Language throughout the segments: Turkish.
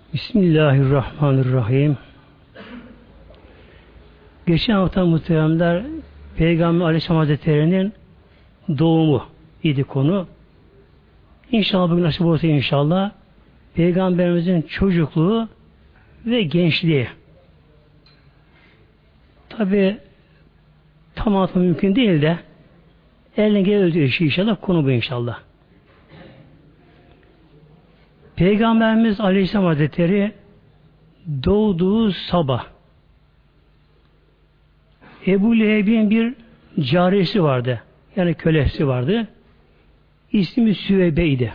Bismillahirrahmanirrahim. Geçen hafta muhteremler Peygamber Aleyhisselam Hazretleri'nin doğumu idi konu. İnşallah bugün nasip olsa inşallah Peygamberimizin çocukluğu ve gençliği. Tabi tam anlatma mümkün değil de eline geldiği işi inşallah konu bu inşallah. Peygamberimiz Aleyhisselam Hazretleri doğduğu sabah Ebu Leheb'in bir cariyesi vardı. Yani kölesi vardı. İsmi Süveybe'ydi.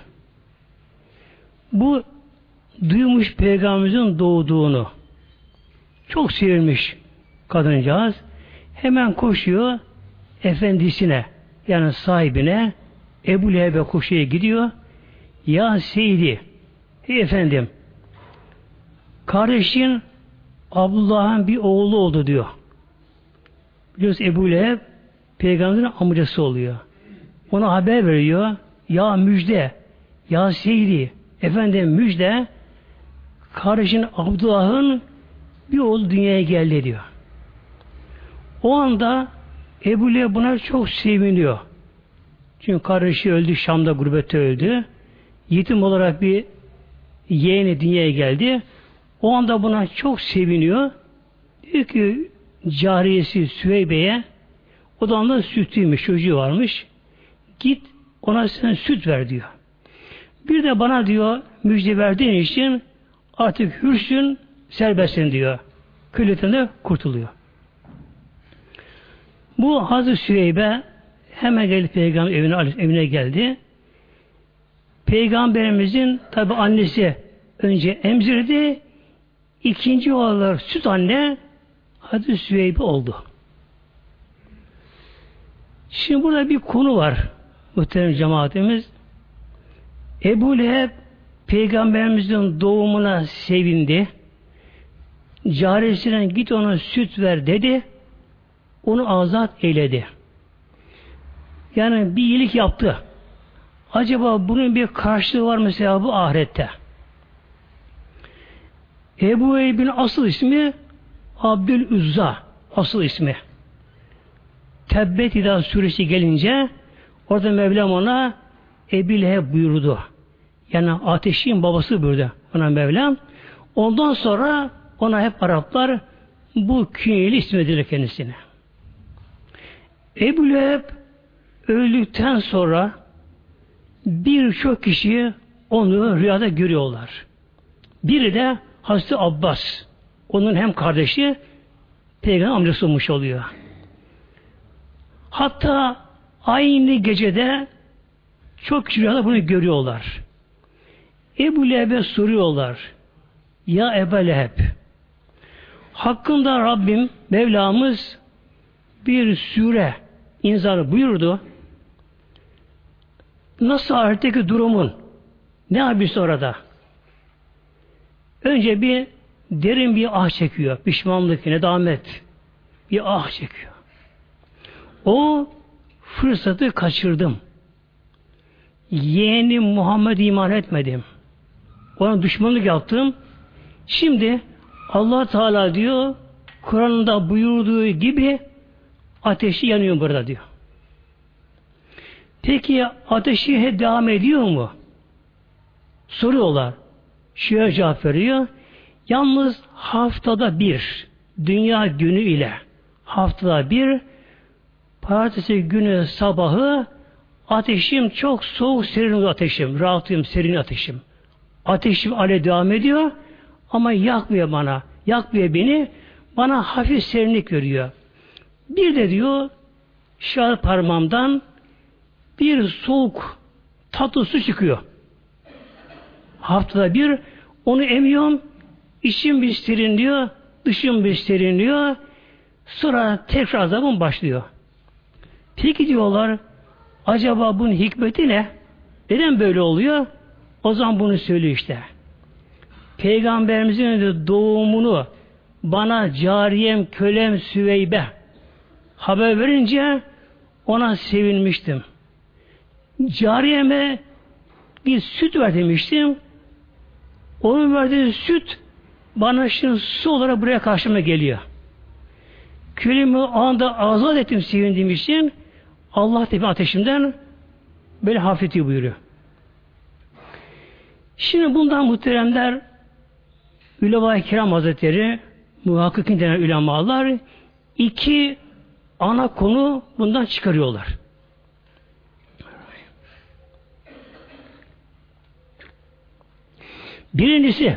Bu duymuş Peygamberimizin doğduğunu. Çok sevilmiş kadıncağız. Hemen koşuyor efendisine yani sahibine Ebu Leheb'e koşuya gidiyor. Ya Seydi, ey efendim, kardeşin Abdullah'ın bir oğlu oldu diyor. Biliyorsun Ebu Leheb Peygamberin amcası oluyor. Ona haber veriyor. Ya müjde, ya Seydi, efendim müjde, kardeşin Abdullah'ın bir oğlu dünyaya geldi diyor. O anda Ebu Leheb buna çok seviniyor. Çünkü kardeşi öldü, Şam'da gurbette öldü. Yetim olarak bir yeğeni dünyaya geldi. O anda buna çok seviniyor. Diyor ki cariyesi Süveybe'ye, o da ondan sütüymüş, çocuğu varmış. Git ona sen süt ver diyor. Bir de bana diyor müjde verdiğin için artık hürsün, serbestsin diyor. Köletinden kurtuluyor. Bu Hazreti Süveybe hemen geldi Peygamber evine geldi. Peygamberimizin tabi annesi önce emzirdi. İkinci olarak süt anne Hazreti Süveybe oldu. Şimdi burada bir konu var muhterem cemaatimiz. Ebu Leheb Peygamberimizin doğumuna sevindi. Cariyesine git ona süt ver dedi. Onu azat eyledi. Yani bir iyilik yaptı. Acaba bunun bir karşılığı var mesela bu ahirette? Ebu Leheb'in asıl ismi Abdülüzza. Asıl ismi. Tebbet İdâ suresi gelince orada Mevlam ona Ebu Leheb buyurdu. Yani ateşin babası buyurdu ona Mevlam. Ondan sonra ona hep Araplar bu künyeli ismi verilir kendisine. Ebu Leheb öldükten sonra birçok kişi onu rüyada görüyorlar. Biri de Hazreti Abbas. Onun hem kardeşi Peygamber amcası olmuş oluyor. Hatta aynı gecede çok kişi rüyada bunu görüyorlar. Ebu Leheb'e soruyorlar. Ya Ebu Leheb, hakkında Rabbim Mevlamız bir sure inzal buyurdu. Nasıl ahiretteki durumun? Ne yapıyorsun orada? Önce bir derin bir ah çekiyor. Pişmanlık, nedamet. Bir ah çekiyor. O fırsatı kaçırdım. Yeğenim Muhammed iman etmedim. Ona düşmanlık yaptım. Şimdi Allah Teala diyor Kur'an'da buyurduğu gibi ateşi yanıyor burada diyor. Peki ateşi devam ediyor mu? Soruyorlar. Şöyle cevap veriyor. Yalnız haftada bir, dünya günü ile haftada bir, pazartesi günü sabahı ateşim çok soğuk, serin ateşim. Rahatım, serin ateşim. Ateşim alev devam ediyor ama yakmıyor bana. Yakmıyor beni. Bana hafif serinlik veriyor. Bir de diyor şahit parmağımdan bir soğuk tatlı su çıkıyor. Haftada bir onu emiyorum. İçim bir serinliyor. Dışım bir serinliyor. Sonra tekrar azabım başlıyor. Peki diyorlar acaba bunun hikmeti ne? Neden böyle oluyor? O zaman bunu söylüyor işte. Peygamberimizin doğumunu bana cariyem, kölem Süveybe haber verince ona sevinmiştim. Cariyeme bir süt ver demiştim. Onun verdiği süt bana şimdi su olarak buraya karşıma geliyor. Külümü o anda azat ettim sevindiğim için Allah tepe ateşimden böyle hafifletiyor buyuruyor. Şimdi bundan muhteremler Ulema-i Kiram Hazretleri muhakkikin denen ulemalar iki ana konu bundan çıkarıyorlar. Birincisi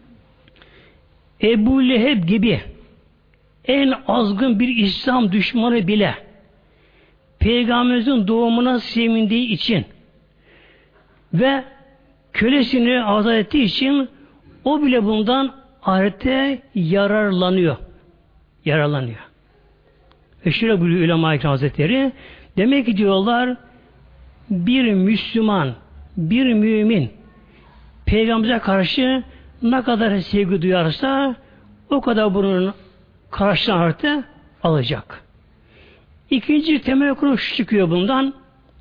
Ebu Leheb gibi en azgın bir İslam düşmanı bile Peygamberimizin doğumuna sevindiği için ve kölesini azat ettiği için o bile bundan ahirette yararlanıyor. Yararlanıyor. Ve şöyle buyuruyor Ulema-i Kiram Hazretleri, demek ki diyorlar bir Müslüman, bir mümin Peygamber'e karşı ne kadar sevgi duyarsa o kadar bunun karşılığını ahirette alacak. İkinci temel konu şu çıkıyor bundan.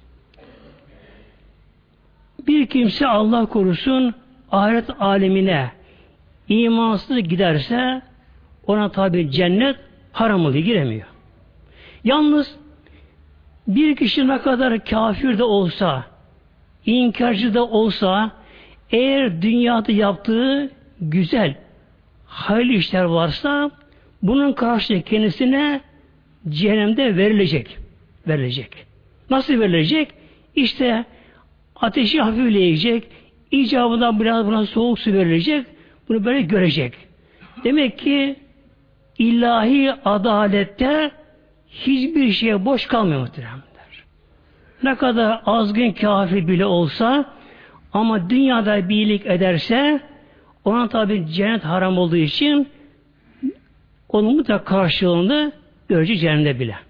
Bir kimse Allah korusun ahiret alemine imansız giderse ona tabi cennet haram oluyor, giremiyor. Yalnız bir kişi ne kadar kafir de olsa, inkarcı da olsa, eğer dünyada yaptığı güzel, hayırlı işler varsa bunun karşılığı kendisine cehennemde verilecek. Verilecek. Nasıl verilecek? İşte ateşi hafifleyecek, icabından biraz buna soğuk su verilecek, bunu böyle görecek. Demek ki ilahi adalette hiçbir şeye boş kalmıyor muhteremler. Ne kadar azgın kafir bile olsa ama dünyada bir iyilik ederse ona tabi cennet haram olduğu için onun mutlaka karşılığını görecek cennette bile.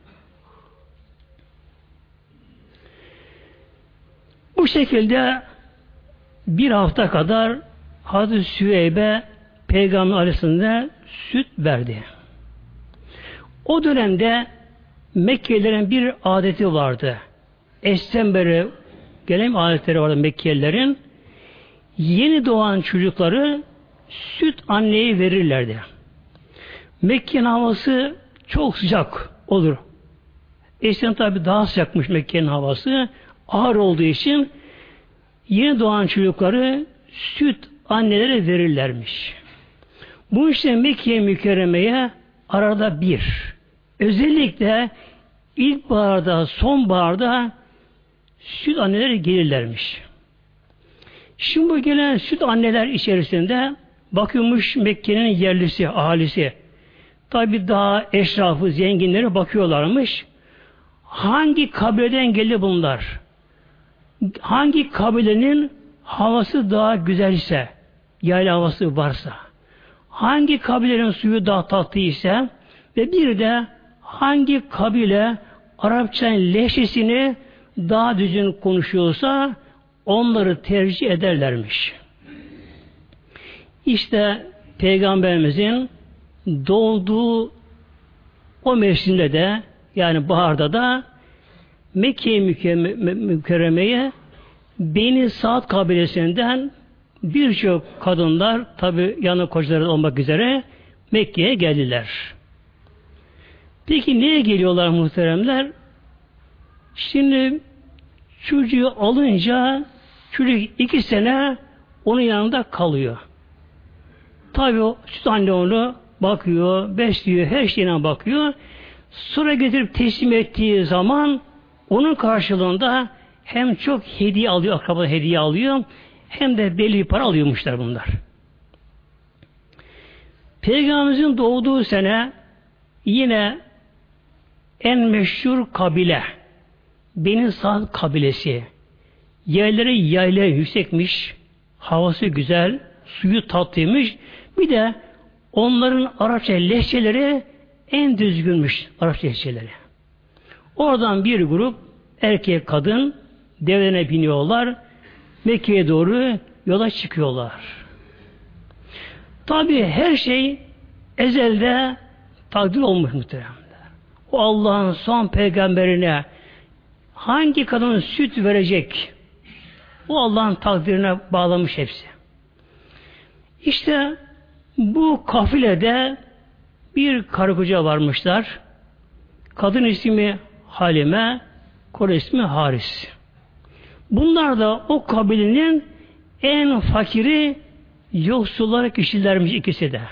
Bu şekilde bir hafta kadar Hazreti Süheybe Peygamber Aleyhisselam'a süt verdi. O dönemde Mekkelilerin bir adeti vardı. Esten beri gelen adetleri vardı Mekkelilerin. Yeni doğan çocukları süt anneye verirlerdi. Mekke'nin havası çok sıcak olur. Eskiden tabi daha sıcakmış Mekke'nin havası. Ağır olduğu için yeni doğan çocukları süt annelere verirlermiş. Bu işte Mekke-i Mükerreme'ye arada bir. Özellikle ilkbaharda, sonbaharda süt anneleri gelirlermiş. Şimdi bu gelen süt anneler içerisinde bakıyormuş Mekke'nin yerlisi, ahalisi. Tabi daha eşrafı, zenginleri bakıyorlarmış. Hangi kabileden geldi bunlar? Hangi kabilenin havası daha güzelse, yayla havası varsa, hangi kabilenin suyu daha tatlı ise ve bir de hangi kabile Arapçanın lehçesini daha düzgün konuşuyorsa onları tercih ederlermiş. İşte Peygamberimizin doğduğu o mevsimde de yani baharda da Mekke-i Mükerreme'ye Beni Sa'd kabilesinden birçok kadınlar tabi yanı kocaları olmak üzere Mekke'ye geldiler. Peki neye geliyorlar muhteremler? Şimdi çocuğu alınca çocuk 2 sene onun yanında kalıyor. Tabi o süt anne onu bakıyor, besliyor, her şeyine bakıyor. Sonra getirip teslim ettiği zaman onun karşılığında hem çok hediye alıyor, akraba hediye alıyor, hem de belli bir para alıyormuşlar bunlar. Peygamberimizin doğduğu sene yine en meşhur kabile Beni Sa'd kabilesi. Yerleri yayla yüksekmiş, havası güzel, suyu tatlıymış. Bir de onların Arapça lehçeleri en düzgünmüş Arapça lehçeleri. Oradan bir grup erkek kadın develerine biniyorlar. Mekke'ye doğru yola çıkıyorlar. Tabi her şey ezelde takdir olmuş muhteremler. O Allah'ın son peygamberine hangi kadın süt verecek? O Allah'ın takdirine bağlamış hepsi. İşte bu kafilede bir karı koca varmışlar. Kadın ismi Halime, koca ismi Haris. Bunlar da o kabilenin en fakiri, yoksulları kişilermiş ikisi de.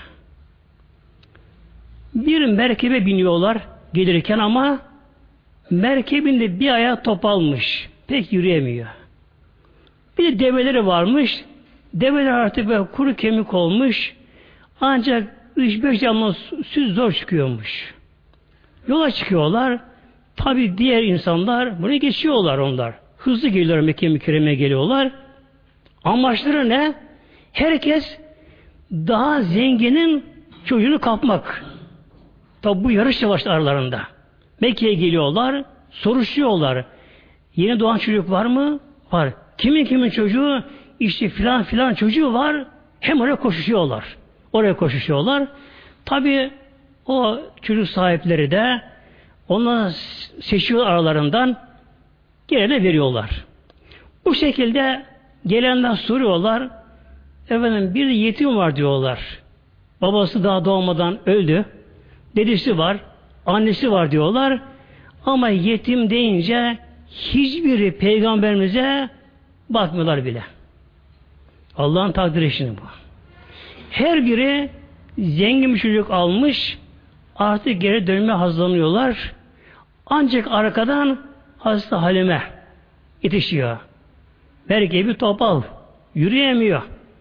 Bir merkebe biniyorlar gelirken ama merkebin de bir ayağı topalmış. Pek yürüyemiyor. Bir de develeri varmış. Develer artık böyle kuru kemik olmuş. Ancak 3-5 damla süt zor çıkıyormuş. Yola çıkıyorlar. Tabi diğer insanlar bunu geçiyorlar onlar. Hızlı geliyorlar, Mekke mükerremeye geliyorlar. Amaçları ne? Herkes daha zenginin çocuğunu kapmak. Tabi bu yarış yavaş aralarında. Mekke'ye geliyorlar, soruşuyorlar. Yeni doğan çocuk var mı? Var. Kimin çocuğu? İşte filan filan çocuğu var. Hem oraya koşuşuyorlar. Oraya koşuşuyorlar. Tabi o çocuk sahipleri de onları seçiyor aralarından, gelene veriyorlar. Bu şekilde gelenler soruyorlar. Efendim bir de yetim var diyorlar. Babası daha doğmadan öldü. Dedesi var. Annesi var diyorlar. Ama yetim deyince hiçbiri peygamberimize bakmıyorlar bile. Allah'ın takdiri şimdi bu. Her biri zengin bir çocuk almış, artık geri dönmeye hazırlanıyorlar. Ancak arkadan Hazreti Halime yetişiyor. Merkebi topal, yürüyemiyor.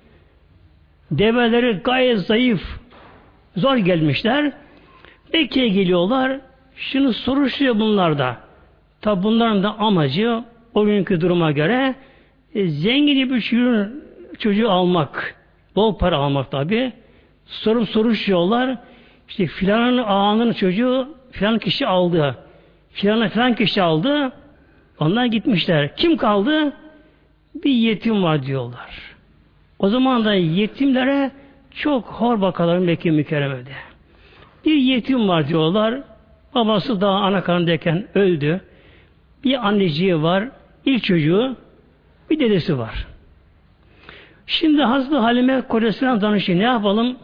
Develeri gayet zayıf, zor gelmişler. Mekke'ye geliyorlar, şunu soruşuyor bunlar da. Tabi bunların da amacı o günkü duruma göre zengin bir çocuğu almak, bol para almak tabi. Soruşuyorlar. İşte filanın ağanın çocuğu filan kişi aldı. Filan kişi aldı. Onlar gitmişler. Kim kaldı? Bir yetim var diyorlar. O zaman da yetimlere çok hor bakarlar Mekke mükerremede. Bir yetim var diyorlar. Babası daha ana karnındayken öldü. Bir anneciği var. İlk çocuğu. Bir dedesi var. Şimdi Hazreti Halime kocasına danışıyor. Ne yapalım?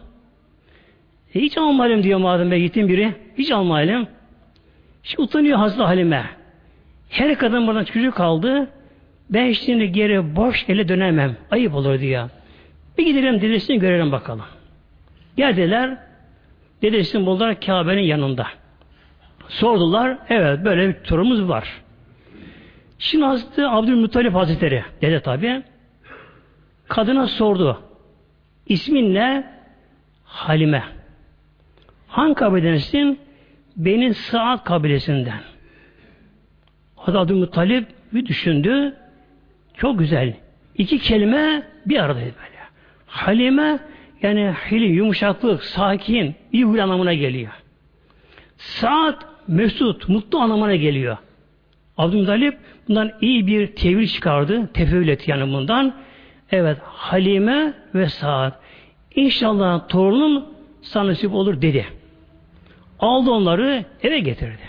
Hiç almayalım diyor madem be yetim biri. Hiç almayalım. Şimdi utanıyor Hazreti Halime. Her kadın buradan çocuk kaldı. Ben şimdi geri boş ele dönemem. Ayıp olur diyor. Bir gidelim dedesini görelim bakalım. Geldiler. Dedesini buldular Kabe'nin yanında. Sordular. Evet böyle bir turumuz var. Şimdi Hazreti Abdülmuttalip Hazretleri dede tabi. Kadına sordu. İsmin ne? Halime. Hangi kabiledensin? Benim Saad kabilesinden. Hazreti Abdülmuttalip bir düşündü. Çok güzel. İki kelime bir aradaydı böyle. Halime yani hili, yumuşaklık, sakin, iyi huy anlamına geliyor. Saad, mesut, mutlu anlamına geliyor. Abdülmuttalip bundan iyi bir tevil çıkardı. Tefeül etti yani bundan. Evet, Halime ve Saad. İnşallah torunun sana nasip olur dedi. Aldı onları eve getirdi.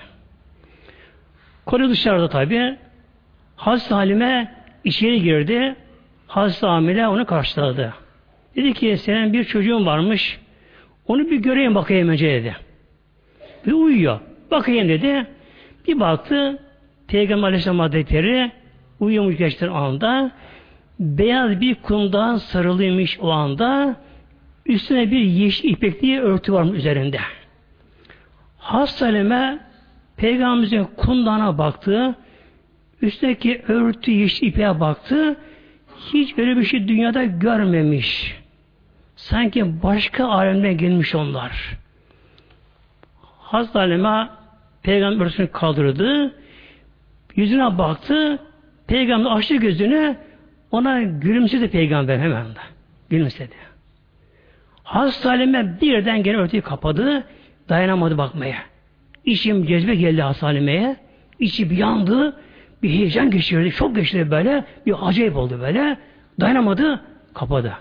Konu dışarıda tabi. Hazreti Halime içeri girdi. Hazreti Amile onu karşıladı. Dedi ki senin bir çocuğun varmış. Onu bir göreyim bakayım önce dedi. Bir uyuyor. Bakayım dedi. Bir baktı Peygamber Aleyhisselam Hazretleri uyuyormuş geçtiği anda beyaz bir kumdan sarılıymış o anda. Üstüne bir yeşil ipekli örtü varmış üzerinde. Hazreti Halime Peygamberimizin kundağına baktı. Üstteki örtü yeşil ipeğe baktı. Hiç öyle bir şey dünyada görmemiş. Sanki başka alemden gelmiş onlar. Hazreti Halime Peygamber örtüsünü kaldırdı. Yüzüne baktı. Peygamber açtı gözünü. Ona gülümsedi Peygamber hemen de. Gülümsedi. Hazreti Halime birden gene örtüyü kapadı. Dayanamadı bakmaya. İçim cezbe geldi Hazreti Halime'ye. İçi bir yandı. Bir heyecan geçirdi. Çok geçirdi böyle. Bir acayip oldu böyle. Dayanamadı. Kapadı.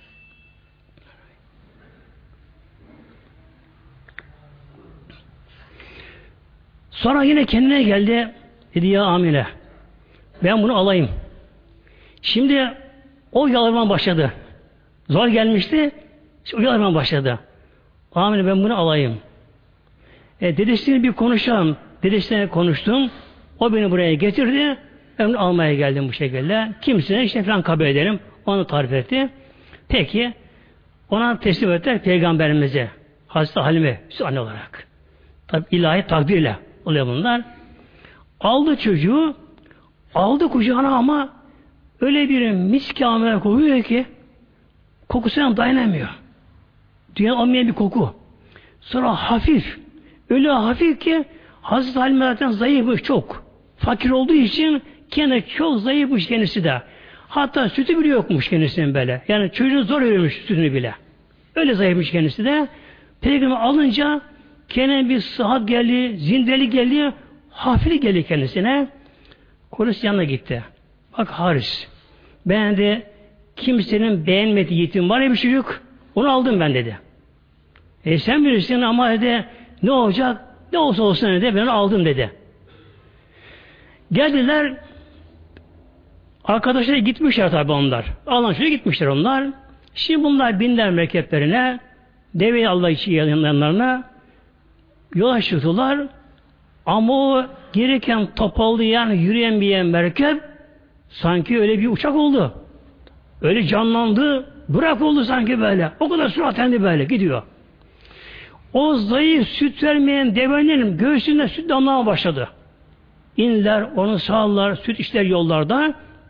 Sonra yine kendine geldi. Dedi ya Amine ben bunu alayım. Şimdi o yalvarma başladı. Zor gelmişti. İşte uyanmaya başladı. Amine ben bunu alayım. Dedesiyle bir konuşalım. Dedesiyle konuştum. O beni buraya getirdi. Ben bunu almaya geldim bu şekilde. Kimsine işte falan kabul edelim. Onu tarif etti. Peki ona teslim ettiler Peygamberimize. Hazreti Halime anne olarak. Tabi ilahi takdirle oluyor bunlar. Aldı çocuğu, aldı kucağına ama öyle bir miski amele kokuyor ki kokusuna dayanamıyor. Dünya olmayan bir koku. Sonra hafif, öyle hafif ki Hazreti Halime zaten zayıfmış çok. Fakir olduğu için kendine çok zayıfmış kendisi de. Hatta sütü bile yokmuş kendisinin böyle. Yani çocuğun zor veriyormuş sütünü bile. Öyle zayıfmış kendisi de. Peygamber alınca kendine bir sıhhat geldi, zindelik geldi, hafiflik geldi kendisine. Kocası yanına gitti. Bak Haris, ben de kimsenin beğenmediği yetim var ya bir çocuk, onu aldım ben dedi. Sen bilirsin ama dedi, ne olacak, ne olsa olsun dedi, ben onu aldım dedi. Geldiler, arkadaşlar gitmişler tabi onlar. Allah'ın şöyle gitmişler onlar. Şimdi bunlar binler merkeplerine, deveyi Allah için yanlarına yola çıktılar. Ama o gereken topallayan, yürüyen merkep sanki öyle bir uçak oldu. Öyle canlandı, bırak oldu sanki böyle. O kadar süratlendi böyle gidiyor. O zayıf süt vermeyen devenin göğsünde süt damlamaya başladı. İnler, onu sağlar, süt işler yollarda.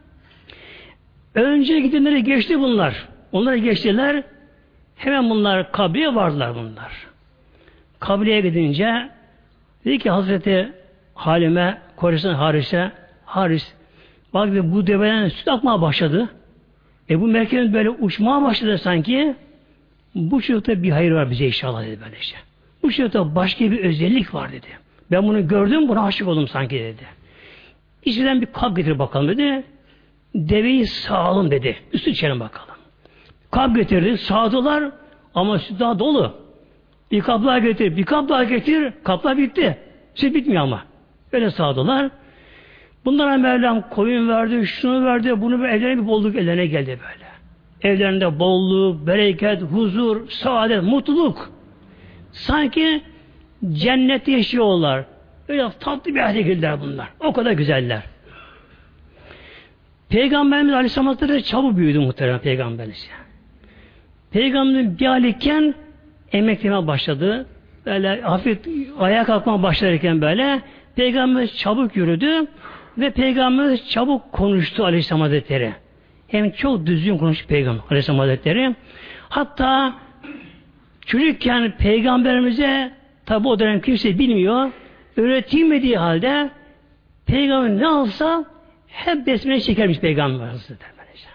Önce gidenleri geçti bunlar. Onları geçtiler. Hemen bunlar kabileye vardılar bunlar. Kabileye gidince dedi ki Hazreti Halime, kocasının Haris, bak bu deveden süt akmaya başladı. Bu merkezin böyle uçmaya başladı sanki. Bu çocukta bir hayır var bize inşallah dedi böylece. Bu çocukta başka bir özellik var dedi. Ben bunu gördüm, buna aşık oldum sanki dedi. İçinden bir kap getir bakalım dedi. Deveyi sağalım dedi. Üstü içelim bakalım. Kap getirdi, sağdılar ama süt daha dolu. Bir kap daha getir, bir kap daha getir, kaplar bitti. Süt bitmiyor ama. Öyle sağdılar. Bunlara Mevlam koyun verdi, şunu verdi, bunu verdi, evlerine bir bolluk ellerine geldi böyle. Evlerinde bolluk, bereket, huzur, saadet, mutluluk. Sanki cennette yaşıyorlar. Öyle tatlı bir hayata girdiler bunlar. O kadar güzeller. Peygamberimiz Aleyhisselam Hazretleri çabuk büyüdü muhtemelen Peygamberimiz. Peygamberimiz bir aylıkken emeklemeye başladı. Böyle hafif ayağa kalkmaya başlarken böyle Peygamberimiz çabuk yürüdü ve Peygamberimiz çabuk konuştu Aleyhisselam Hazretleri. Hem çok düzgün konuştu Peygamber Aleyhisselam Hazretleri. Hatta çocukken Peygamberimize tabi o dönem kimse bilmiyor. Öğretilmediği halde Peygamber ne alsa hep besmele çekermiş Peygamber Hazretleri.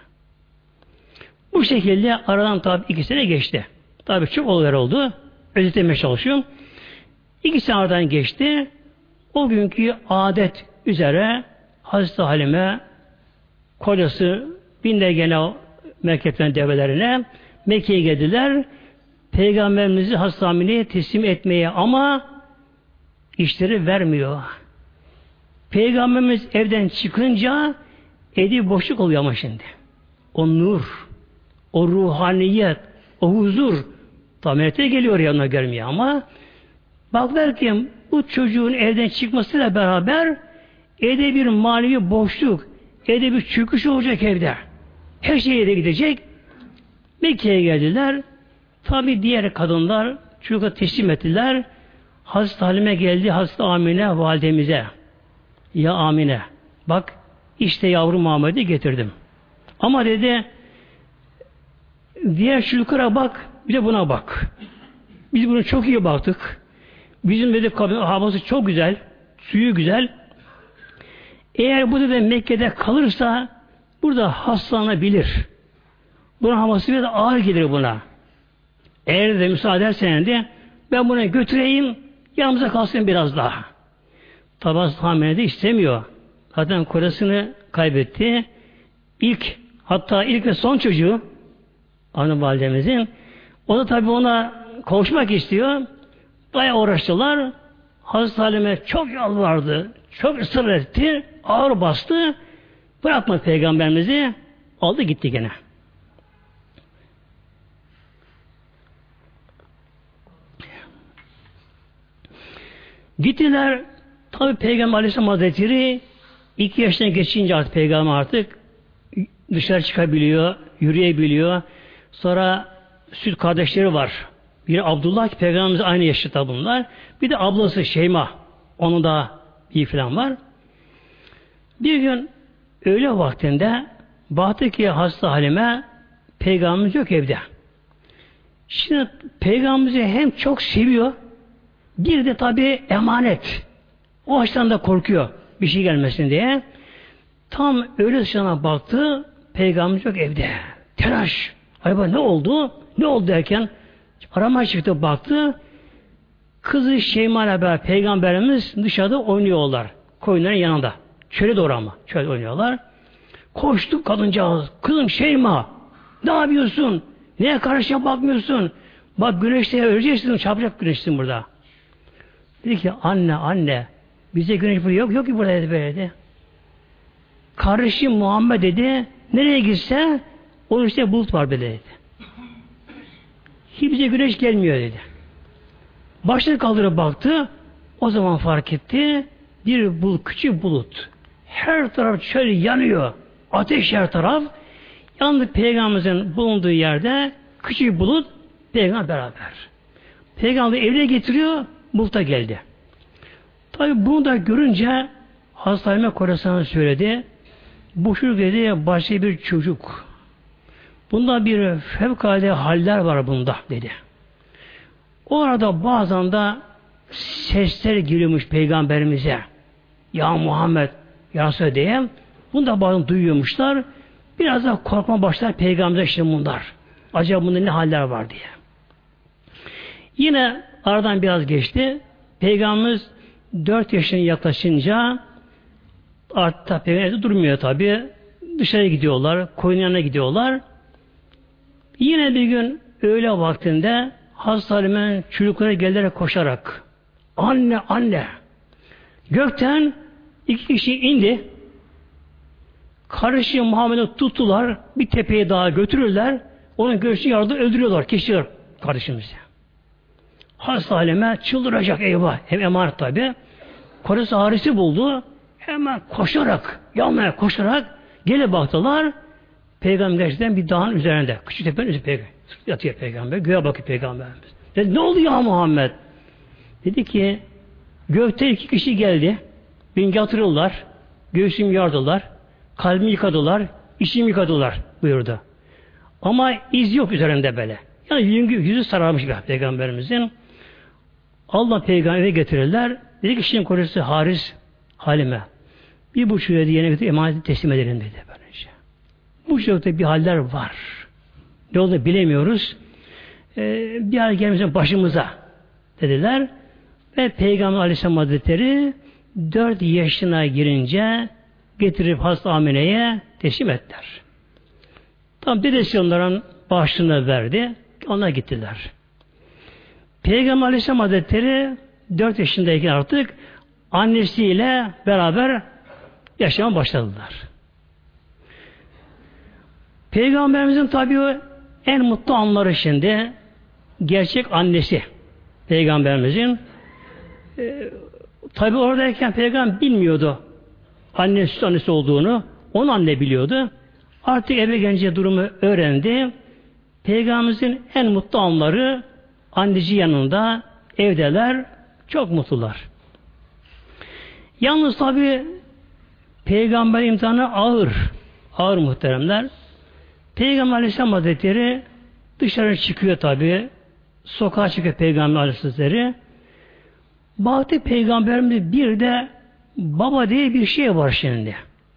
Bu şekilde aradan tabi 2 sene geçti. Tabi çok olaylar oldu. Özetlemeye çalışıyorum. 2 sene aradan geçti. O günkü adet üzere Hazreti Halime kocası bindi gene o merkezden develerine Mekke'ye geldiler. Peygamberimizi Hazreti Amine'ye teslim etmeye ama işleri vermiyor. Peygamberimiz evden çıkınca evde boşluk oluyor ama şimdi. O nur, o ruhaniyet, o huzur tamirete geliyor yanına görmeye ama baklar ki bu çocuğun evden çıkmasıyla beraber evde bir manevi boşluk, evde bir çöküş olacak evde. Her şey evde gidecek. Mekke'ye geldiler. Tabi diğer kadınlar çocuğa teslim ettiler. Hazreti Halime geldi Hazreti Amine validemize. Ya Amine bak işte yavru Muhammed'i getirdim. Ama dedi diğer çocuklara bak bir de buna bak. Biz bunu çok iyi baktık. Bizim dedi havası çok güzel. Suyu güzel. Eğer bu dedi Mekke'de kalırsa burada hastalanabilir. Bunun havası biraz ağır gelir buna. Eğer de müsaade edersen de ben bunu götüreyim yanımıza kalsın biraz daha. Tabi Hamile de istemiyor. Zaten kocasını kaybetti. Hatta ilk ve son çocuğu Anne validemizin. O da tabi ona kavuşmak istiyor. Bayağı uğraştılar. Hazreti Halime çok yalvardı. Çok ısrar etti. Ağır bastı. Bırakmadı Peygamberimizi. Aldı gitti gene. Gittiler. Tabi Peygamber Aleyhisselam Hazretleri 2 yaşına geçince artık Peygamber artık dışarı çıkabiliyor, yürüyebiliyor. Sonra süt kardeşleri var. Biri Abdullah ki Peygamberimiz aynı yaşta bunlar. Bir de ablası Şeyma. Onun da iyi falan var. Bir gün öğle vaktinde baktı ki hasta Halime Peygamberimiz yok evde. Şimdi Peygamberimizi hem çok seviyor, bir de tabi emanet. O açıdan da korkuyor bir şey gelmesin diye. Tam öğle sıcağına baktı, Peygamberimiz yok evde. Telaş. Acaba ne oldu? Ne oldu derken aramaya çıktı baktı. Kızı Şeyma ile beraber Peygamberimiz dışarıda oynuyorlar. Koyunların yanında. Çöle doğru ama. Çöle oynuyorlar. Koştu kadıncağız. Kızım Şeyma ne yapıyorsun? Neye karşıya bakmıyorsun? Bak güneşte öleceksin. Çarpacak güneşsin burada. Dedi ki anne bize güneş burada yok ki burada dedi böyle. Kardeşim Muhammed dedi nereye gitse onun işte bulut var böyle dedi. Hiç bize güneş gelmiyor dedi. Başını kaldırıp baktı. O zaman fark etti. Bir bulut, küçük bulut. Her taraf şöyle yanıyor. Ateş her taraf. Yalnız Peygamberimizin bulunduğu yerde küçük bulut Peygamber beraber. Peygamber evine getiriyor. Buluta geldi. Tabi bunu da görünce Hazreti Koresan'a söyledi. Bu çocuk dedi başka bir çocuk. Bunda bir fevkalade haller var bunda dedi. O arada bazen de sesler giriyormuş Peygamberimize. Ya Muhammed ya diye. Bunu da bazen duyuyormuşlar. Biraz da korkma başlar Peygamber'e şimdi bunlar. Acaba bunda ne haller var diye. Yine aradan biraz geçti. Peygamberimiz 4 yaşına yaklaşınca artık Peygamber durmuyor tabi. Dışarı gidiyorlar. Koyun yanına gidiyorlar. Yine bir gün öğle vaktinde Hazreti Halime'nin çocukları gelerek koşarak anne gökten 2 kişi indi. Kardeşi Muhammed'i tuttular. Bir tepeye daha götürürler. Onun göğsünü yardı öldürüyorlar. Kesiyor kardeşimizi. Hazreti Halime çıldıracak eyvah. Hem emanet tabi. Koresi Haris'i buldu. Hemen koşarak yanmaya koşarak gele baktılar. Peygamber gerçekten bir dağın üzerinde. Küçük tepenin üzerinde yatıyor Peygamber. Göğe bakıyor Peygamberimiz. Dedi, ne oldu ya Muhammed? Dedi ki gökte 2 kişi geldi. Beni yatırırlar. Göğsümü yardılar. Kalbimi yıkadılar. İçimi yıkadılar buyurdu. Ama iz yok üzerinde böyle. Yani yüzü sararmış Peygamberimizin. Allah Peygamber'e getirirler. Dedi ki şimdi kocası Haris Halime. 1,5 yıl yerine götürüp emaneti teslim edelim dedi. Böylece. Bu çocukta bir haller var. Ne olduğunu bilemiyoruz. Bir hal gelmesin başımıza dediler. Ve Peygamber Aleyhisselam Hazretleri 4 yaşına girince getirip Hazreti Amine'ye teslim ettiler. Tam dedesi onların başlığını verdi. Ona gittiler. Peygamber Aleyhisselam Hazretleri 4 yaşındayken artık annesiyle beraber yaşamaya başladılar. Peygamberimizin tabii en mutlu anları şimdi gerçek annesi Peygamberimizin. Tabii oradayken Peygamber bilmiyordu annesi süt annesi olduğunu. Onu anne biliyordu. Artık eve gelince durumu öğrendi. Peygamberimizin en mutlu anları anneci yanında evdeler. Çok mutlular. Yalnız tabi Peygamber imtihanı ağır. Ağır muhteremler. Peygamber Aleyhisselam Hazretleri dışarı çıkıyor tabi. Sokağa çıkıyor Peygamber Aleyhisselam. Baktı Peygamberimiz bir de baba diye bir şey var şimdi.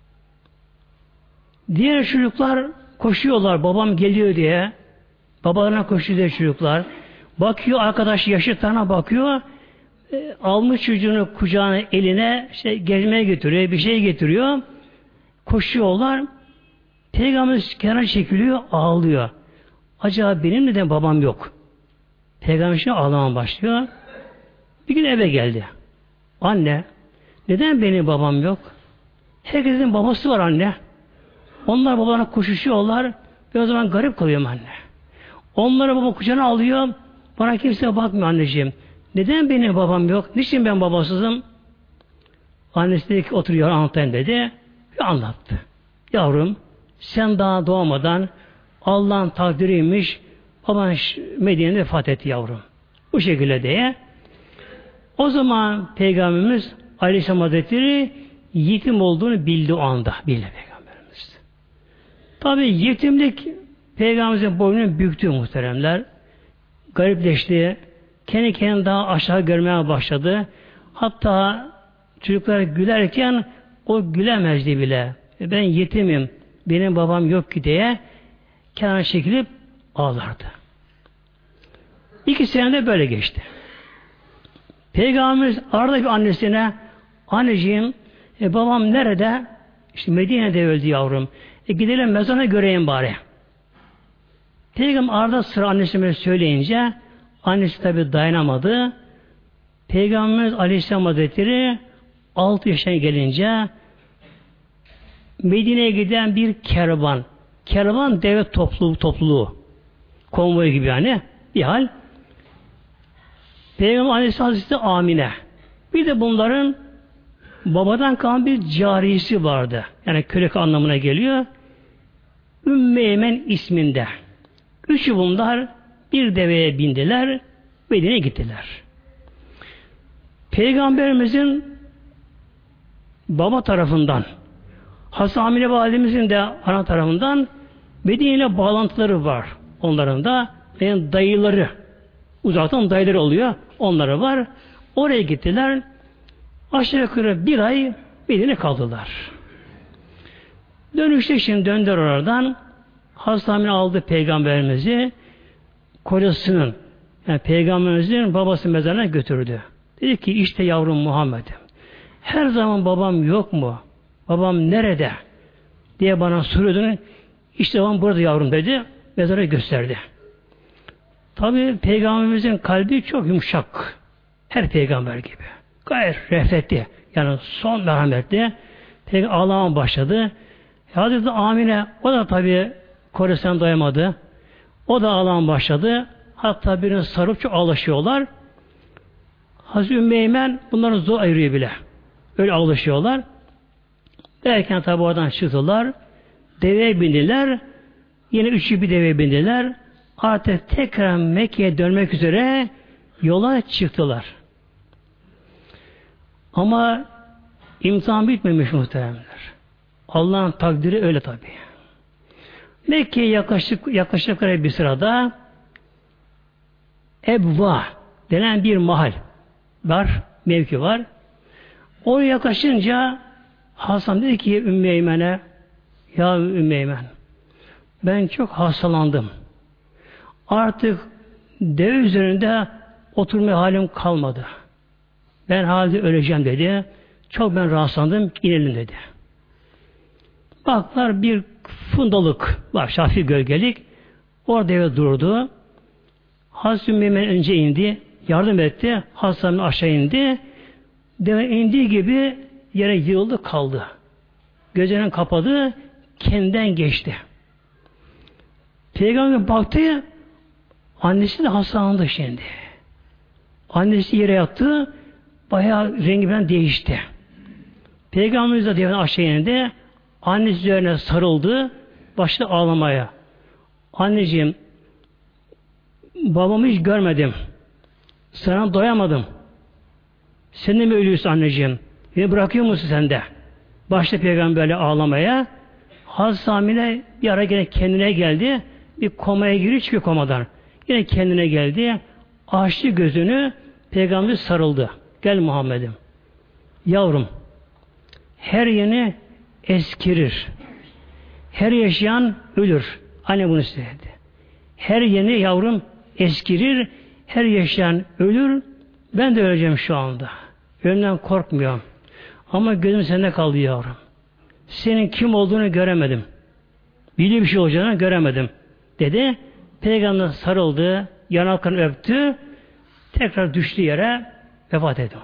Diğer çocuklar koşuyorlar babam geliyor diye. Babalarına koşuyor diye çocuklar. Bakıyor arkadaş yaşıtlarına bakıyor. Almış çocuğunu kucağına eline gezmeye götürüyor. Bir şey getiriyor. Koşuyorlar. Peygamber kenara çekiliyor. Ağlıyor. Acaba benim neden babam yok? Peygamber şimdi ağlamaya başlıyor. Bir gün eve geldi. Anne neden benim babam yok? Herkesin babası var anne. Onlar babalarına koşuşuyorlar. Ve o zaman garip kalıyorum anne. Onları baba kucağına alıyor. Bana kimse bakmıyor anneciğim. Neden benim babam yok? Niçin ben babasızım? Annesi dedi ki oturuyor anlatayım dedi. Ve anlattı. Yavrum sen daha doğmadan Allah'ın takdiriymiş. Baban Medine'de vefat etti yavrum. Bu şekilde diye. O zaman Peygamberimiz Aleyhisselam Hazretleri yetim olduğunu bildi o anda. Bildi Peygamberimiz. Tabi yetimlik Peygamberimizin boynunu büktü muhteremler. Garipleşti. Kendi kendini daha aşağı görmeye başladı. Hatta çocuklar gülerken o gülemezdi bile. Ben yetimim. Benim babam yok ki diye kenara çekilip ağlardı. 2 senede böyle geçti. Peygamberimiz arada bir annesine anneciğim babam nerede? İşte Medine'de öldü yavrum. Gidelim mezarına göreyim bari. Peygamber arada sıra annesine söyleyince annesi tabi dayanamadı. Peygamberimiz Aleyhisselam Hazretleri 6 yaşına gelince Medine'ye giden bir kervan deve topluluğu konvoyu gibi yani bir hal. Peygamber Aleyhisselam Hazretleri Amine. Bir de bunların babadan kalan bir cariyesi vardı. Yani köle anlamına geliyor. Ümmü Eymen isminde. 3'ü bunlar bir deveye bindiler. Medine'ye gittiler. Peygamberimizin baba tarafından Hasan Amine validemizin de ana tarafından Medine ile bağlantıları var. Onların da yani dayıları uzaktan dayıları oluyor. Onları var. Oraya gittiler. Aşağı yukarı 1 ay Medine kaldılar. Dönüşte şimdi döndüler oradan. Hasan Amine aldı Peygamberimizi kocasının yani Peygamberimizin babası mezarına götürdü. Dedi ki işte yavrum Muhammed'im. Her zaman babam yok mu? Babam nerede? Diye bana soruyordun. İşte babam burada yavrum dedi. Mezara gösterdi. Tabi Peygamberimizin kalbi çok yumuşak. Her peygamber gibi. Gayet refetli. Yani son merhametli. Peygamber ağlamaya başladı. Hazreti Amine o da tabi Kore'sen doyamadı. O da ağlamaya başladı. Hatta birini sarıp çok ağlaşıyorlar. Hazreti Ümmü Eymen bunları zor ayırıyor bile. Öyle ağlaşıyorlar. Derken tabi oradan çıktılar. Deveye bindiler. Yine 3'ü bir deveye bindiler. Artık tekrar Mekke'ye dönmek üzere yola çıktılar. Ama imtihan bitmemiş muhteremler. Allah'ın takdiri öyle tabi. Mekke'ye yaklaşık bir sırada Ebva denen bir mahal var, mevki var. Oraya yaklaşınca Hasan dedi ki Ümmü Eymen'e ya Ümmü Eymen ben çok hastalandım. Artık deve üzerinde oturmaya halim kalmadı. Ben halde öleceğim dedi. Çok ben rahatsızlandım. İnelim dedi. Baklar bir fundalık var. Şafi gölgelik. Orada eve durdu. Hazreti Ümmü önce indi. Yardım etti. Hasan'ın aşağı indi. Deve indiği gibi yere yığıldı kaldı. Gözlerini kapadı. Kendinden geçti. Peygamber baktı. Annesi de hastalandı şimdi. Annesi yere yattı. Bayağı rengi falan değişti. Peygamberimiz de deveden aşağı indi. Annesi üzerine sarıldı. Başladı ağlamaya. Anneciğim babamı hiç görmedim. Sana doyamadım. Sen de mi ölüyorsun anneciğim? Beni bırakıyor musun sen de? Başladı Peygamber böyle ağlamaya. Hazreti Amine bir ara gene kendine geldi. Bir komaya giriyor çıkıyor komadan. Yine kendine geldi. Açtı gözünü. Peygamber sarıldı. Gel Muhammed'im. Yavrum her yeni eskirir. Her yaşayan ölür. Anne bunu söyledi. Her yeni yavrum eskirir. Her yaşayan ölür. Ben de öleceğim şu anda. Ölümden korkmuyorum. Ama gözüm sende kaldı yavrum. Senin kim olduğunu göremedim. Bildiği bir şey olacağını göremedim. Dedi. Peygamber sarıldı. Yanaklarını öptü. Tekrar düştü yere vefat etti.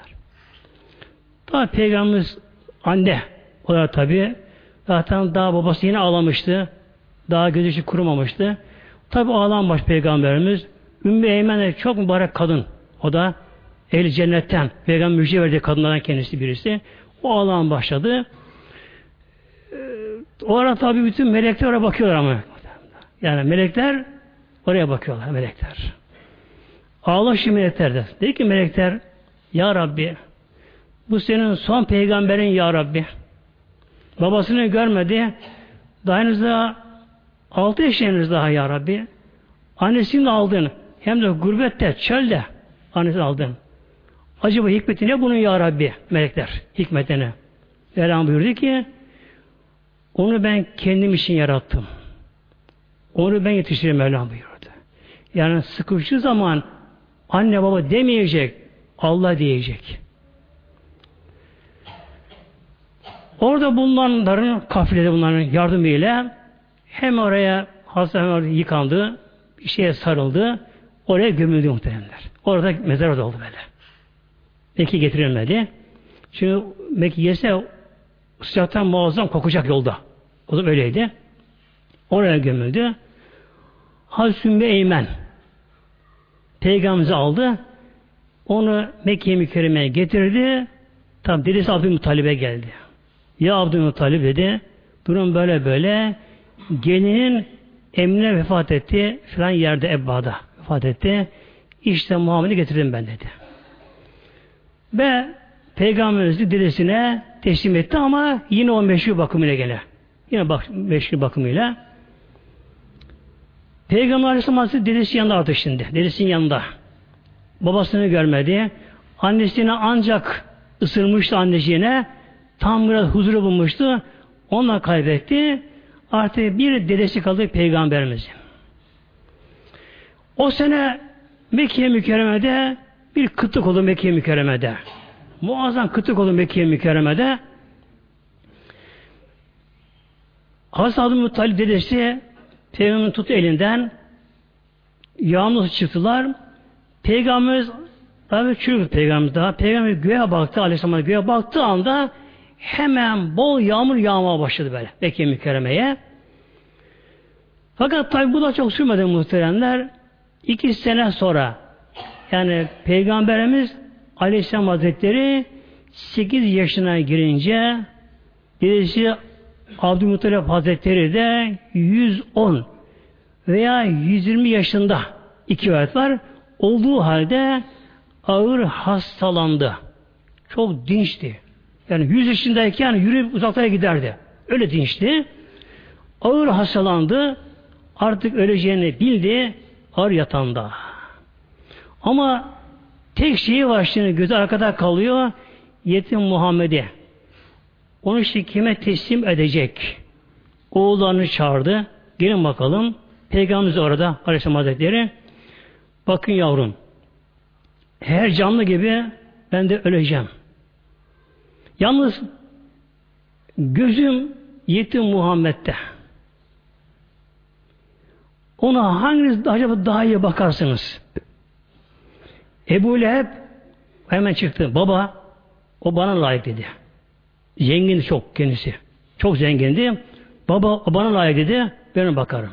Daha Peygamberimiz anne olarak tabi zaten daha babası yine ağlamıştı. Daha gözü kurumamıştı. Tabi ağlanmış Peygamberimiz. Ümmü Eymen de çok mübarek kadın O da ehl cennetten peygamber müjde verdiği kadınlardan kendisi birisi. O ağlamaya başladı. O ara tabi bütün melekler oraya bakıyorlar ama. Yani melekler oraya bakıyorlar melekler. Ağlaşıyor melekler de. Dedi ki melekler ya Rabbi bu senin son peygamberin ya Rabbi. Babasını görmedi. Daha henüz daha 6 yaşlarınız daha ya Rabbi. Annesini de aldın. Hem de gurbette, çölde annesini aldın. Acaba hikmeti ne bunun ya Rabbi? Melekler hikmetine. Mevlam buyurdu ki onu ben kendim için yarattım. Onu ben yetiştireyim Mevlam buyurdu. Yani sıkıştığı zaman anne baba demeyecek, Allah diyecek. Orada bulunanların, kafilede bunların yardımıyla hem oraya hastane yıkandı, bir şeye sarıldı, oraya gömüldü muhtemelenler. Orada mezar oldu böyle. Mekke getirilmedi. Çünkü Mekke yese sıcaktan muazzam kokacak yolda. O da öyleydi. Oraya gömüldü. Hazreti Ümmü Eymen Peygamberimizi aldı. Onu Mekke-i Mükerreme'ye getirdi. Tam dedesi Abdülmuttalib'e geldi. Ya Abdülmuttalib dedi. Durum böyle böyle. Gelinin Emine vefat etti. Filan yerde Ebba'da vefat etti. İşte Muhammed'i getirdim ben dedi. Ve Peygamberimizi dedesine teslim etti ama yine o meşhur bakımıyla gene. Yine meşhur bakımıyla. Peygamber Aleyhisselam Hazretleri dedesi yanında artık şimdi. Dedesinin yanında. Babasını görmedi. Annesini ancak ısırmıştı anneciğine. Tam biraz huzuru bulmuştu. Onunla kaybetti. Artık bir dedesi kaldı Peygamberimizin. O sene Mekke-i Mükerreme'de bir kıtlık oldu Mekke-i Mükerreme'de. Muazzam kıtlık oldu Mekke-i Mükerreme'de. Hazreti Abdülmuttalib dedesi Peygamber'in tuttu elinden yağmur çıktılar. Peygamberimiz tabi çürük Peygamberimiz daha. Peygamber göğe baktı, Aleyhisselam göğe baktığı anda hemen bol yağmur yağmaya başladı böyle Mekke-i Mükerreme'ye. Fakat tabi bu da çok sürmedi muhteremler. 2 sene sonra yani Peygamberimiz Aleyhisselam Hazretleri 8 yaşına girince dedesi Abdülmuttalib Hazretleri de 110 veya 120 yaşında 2 rivayet var. Olduğu halde ağır hastalandı. Çok dinçti. Yani 100 yaşındayken yürüyüp uzaklara giderdi. Öyle dinçti. Ağır hastalandı. Artık öleceğini bildi. Ağır yatağında. Ama tek şeyi var şimdi gözü arkada kalıyor. Yetim Muhammed'i. Onu işte kime teslim edecek? Oğullarını çağırdı. Gelin bakalım. Peygamberimiz orada Aleyhisselam Hazretleri. Bakın yavrum. Her canlı gibi ben de öleceğim. Yalnız gözüm yetim Muhammed'de. Ona hanginiz acaba daha iyi bakarsınız? Ebu Leheb hemen çıktı. Baba, o bana layık dedi. Zengindi çok kendisi. Çok zengindi. Baba, o bana layık dedi. Ben ona bakarım.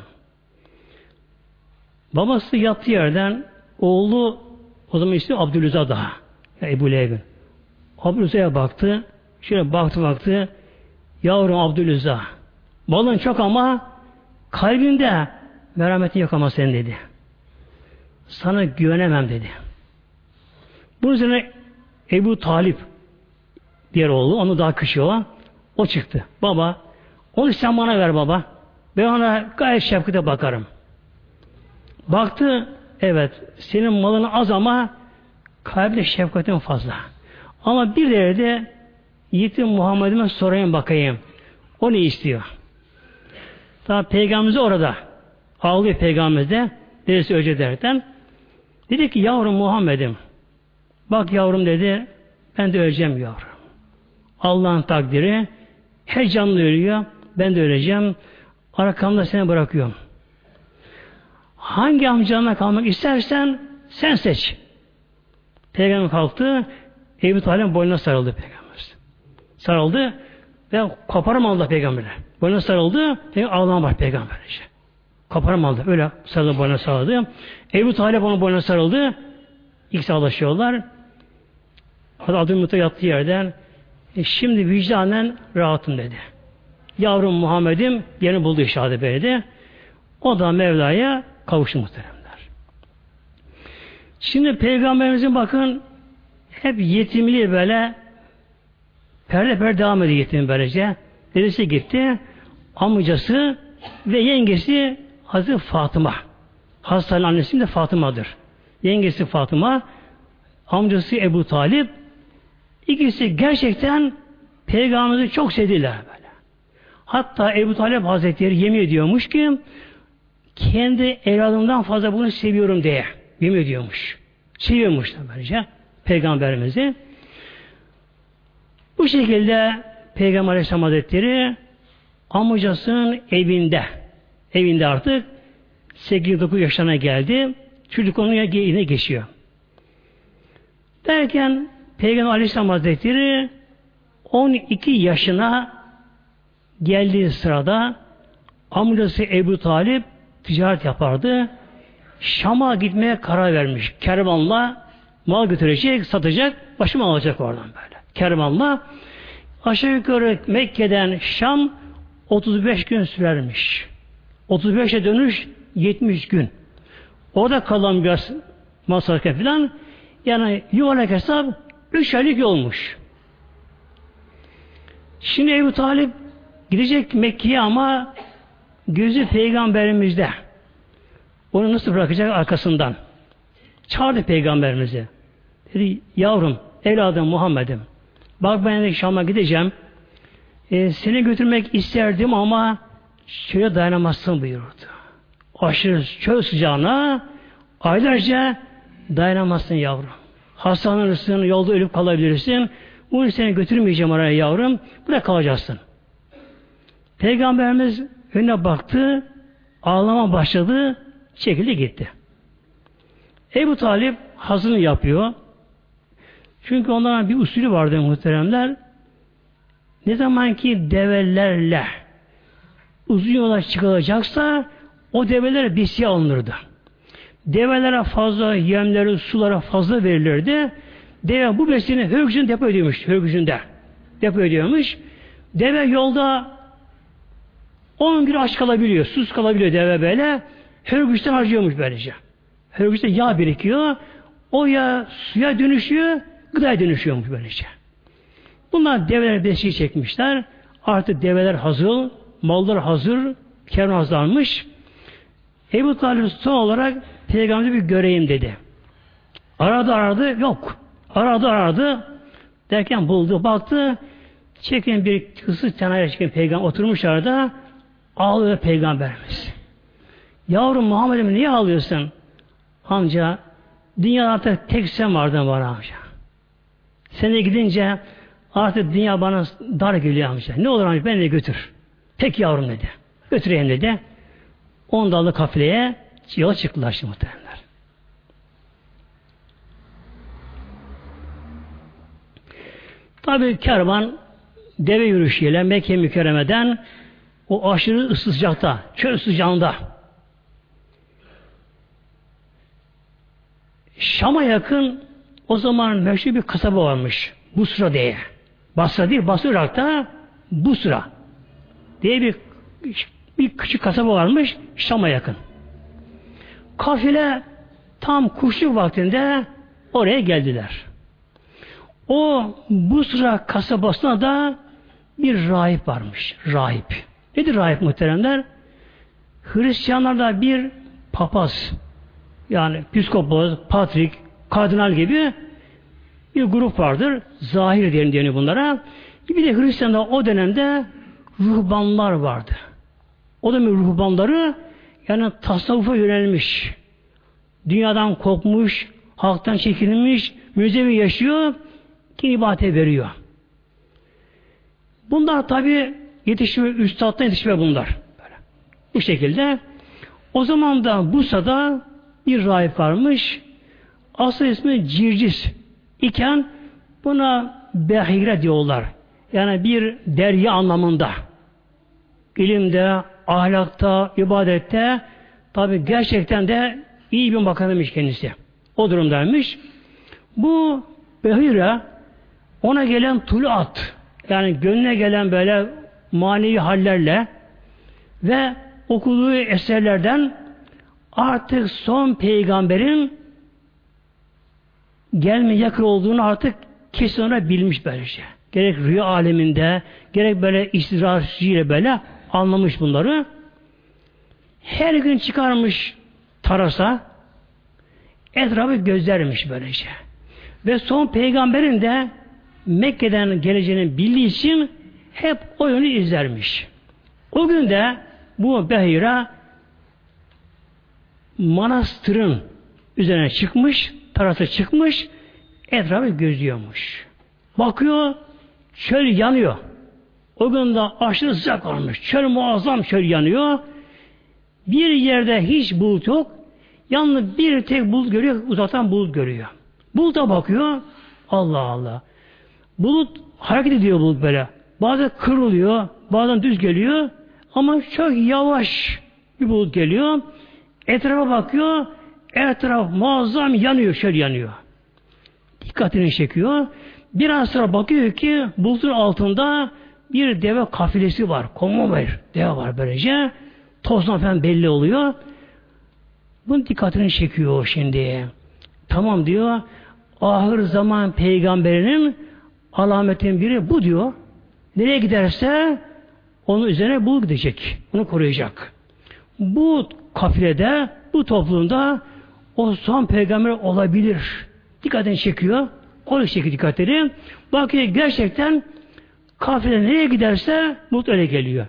Babası yattığı yerden oğlu o zaman ismi Abdülüza daha. Yani Ebu Leheb'in. Abdülüza'ya baktı. Şöyle baktı. Yavrum Abdülüza. Balın çok ama kalbinde merhametin yok ama sen dedi. Sana güvenemem dedi. Bunun üzerine Ebu Talip diğer oğlu, onu daha küçük olan, o çıktı. Baba, onu sen bana ver baba. Ben ona gayet şefkate bakarım. Baktı, evet, senin malın az ama kalbinde şefkatin fazla. Ama bir de yetim Muhammed'ime sorayım bakayım. O ne istiyor? Daha Peygamberimiz orada. Ağlıyor Peygamberimiz de. Dedesi öce derken. Dedi ki yavrum Muhammed'im. Bak yavrum dedi. Ben de öleceğim yavrum. Allah'ın takdiri. Her canlı ölüyor. Ben de öleceğim. Arkamda seni bırakıyorum. Hangi amcanla kalmak istersen sen seç. Peygamber kalktı. Ebu Talib'in boynuna sarıldı Peygamber. Sarıldı ve koparım aldı Peygamber'e. Boynuna sarıldı. Ağlama var Peygamber. Koparım aldı. Öyle sarıldı, boynuna sarıldı. Ebu Talib onun boynuna sarıldı. İlk sağlaşıyorlar. Abdülmuttalip yattığı yerden şimdi vicdanen rahatım dedi. Yavrum Muhammed'im yerini buldu şahane böyle. O da Mevla'ya kavuştu muhteremler. Şimdi Peygamberimizin bakın hep yetimliği böyle perde devam ediyor yetim böylece. Dedesi gitti. Amcası ve yengesi Hazreti Fatıma. Hastanın annesi de Fatıma'dır. Yengesi Fatıma, amcası Ebu Talip. İkisi gerçekten Peygamberimizi çok sevdiler böyle. Hatta Ebu Talip Hazretleri yemin ediyormuş ki kendi evladımdan fazla bunu seviyorum diye yemin ediyormuş. Seviyormuş da böylece Peygamberimizi. Bu şekilde Peygamber Aleyhisselam Hazretleri amcasının evinde artık 8-9 yaşlarına geldi. Çocuk onun yine geçiyor. Derken Peygamber Aleyhisselam Hazretleri 12 yaşına geldiği sırada amcası Ebu Talip ticaret yapardı. Şam'a gitmeye karar vermiş. Kervanla mal götürecek, satacak, başımı alacak oradan böyle. Kervanla aşağı yukarı Mekke'den Şam 35 gün sürermiş. 35'e dönüş 70 gün. Orada kalan biraz masrafı falan yani yuvarlak hesap 3 aylık yolmuş. Şimdi Ebu Talip gidecek Mekke'ye ama gözü Peygamberimizde. Onu nasıl bırakacak arkasından? Çağırdı Peygamberimizi. Dedi yavrum, evladım Muhammed'im. Bak ben de Şam'a gideceğim. Seni götürmek isterdim ama şöyle dayanamazsın buyurdu. Aşırı çöl sıcağına aylarca dayanamazsın yavrum. Hastalanırsın, yolda ölüp kalabilirsin. Bunu seni götürmeyeceğim oraya yavrum. Burada kalacaksın. Peygamberimiz önüne baktı, ağlama başladı, çekildi gitti. Ebu Talip hazırlığı yapıyor. Çünkü onların bir usulü vardı muhteremler. Ne zaman ki develerle uzun yola çıkılacaksa o develere besiye alınırdı. Develere fazla yemleri, sulara fazla verilirdi. Deve bu besini hörgücünde depo ediyormuş. Hörgücünde depo ediyormuş. Deve yolda 10 gün aç kalabiliyor. Sus kalabiliyor deve böyle. Hörgüçten harcıyormuş böylece. Hörgüçte yağ birikiyor. O yağ suya dönüşüyor. Gıdaya dönüşüyormuş böylece. Bunlar develer besiyi çekmişler. Artık develer hazır. Mallar hazır. Kervan hazırlanmış. Ebu Talib son olarak Peygamber'i bir göreyim dedi. Aradı yok. Aradı derken buldu baktı. Çekin bir kızı tenaya çekin Peygamber oturmuş arada ağlıyor Peygamberimiz. Yavrum Muhammed'im niye ağlıyorsun? Amca dünyada artık tek sen vardın var amca. Sen de gidince artık dünya bana dar geliyor amca. Ne olur amca beni de götür. Peki yavrum dedi. Götüreyim dedi. 10 dallı kafileye yola çıktılar şimdi muhtemelenler. Tabi kervan deve yürüyüşüyle Mekke mükerremeden o aşırı ısı sıcakta, çöl sıcağında Şam'a yakın o zaman meşhur bir kasaba varmış. Busra diye. Basra değil, Basra Irak'ta Busra diye bir küçük kasaba varmış Şam'a yakın. Kafile tam kuşluk vaktinde oraya geldiler. O Busra kasabasına da bir rahip varmış. Rahip. Nedir rahip muhteremler? Hristiyanlarda bir papaz, yani psikopos, patrik, kardinal gibi bir grup vardır. Zahir diyelim deniyor bunlara. Bir de Hristiyanlar o dönemde ruhbanlar vardı. O dönemin ruhbanları yani tasavvufa yönelmiş. Dünyadan kopmuş, halktan çekilmiş, müzevi yaşıyor ki ibadete veriyor. Bunlar tabi yetişme, üstaddan yetişme bunlar. Böyle. Bu şekilde. O zaman da Bursa'da bir rahip varmış. Asıl ismi Circis iken buna Behire diyorlar. Yani bir derya anlamında. İlimde, ahlakta, ibadette tabi gerçekten de iyi bir makamıymış kendisi. O durumdaymış. Bu Behira ona gelen tuluat, yani gönlüne gelen böyle manevi hallerle ve okuduğu eserlerden artık son peygamberin gelme yakın olduğunu artık kesin olarak bilmiş böylece. Gerek rüya aleminde, gerek böyle istirahatçıyla böyle anlamış bunları. Her gün çıkarmış tarasa, etrafı gözlermiş böylece. Ve son peygamberin de Mekke'den geleceğini bildiği için hep o yönü izlermiş. O gün de bu Behira manastırın üzerine çıkmış, tarasa çıkmış, etrafı gözlüyormuş. Bakıyor, çöl yanıyor. O gün de aşırı sıcak olmuş. Çöl muazzam çöl yanıyor. Bir yerde hiç bulut yok. Yalnız bir tek bulut görüyor, uzaktan bulut görüyor. Buluta bakıyor, Allah Allah. Bulut hareket ediyor bulut böyle. Bazen kırılıyor, bazen düz geliyor. Ama çok yavaş bir bulut geliyor. Etrafa bakıyor, etraf muazzam yanıyor, şöyle yanıyor. Dikkatini çekiyor. Biraz sonra bakıyor ki bulutun altında bir deve kafilesi var. Konvoy var. Deve var böylece. Tozdan falan belli oluyor. Bunun dikkatini çekiyor şimdi. Tamam diyor. Ahir zaman peygamberinin alametin biri bu diyor. Nereye giderse onun üzerine bu gidecek. Onu koruyacak. Bu kafilede, bu toplumda o son peygamber olabilir. Dikkatini çekiyor. Onu çekiyor dikkatini. Bakıyor gerçekten kafile nereye giderse bulut öyle geliyor.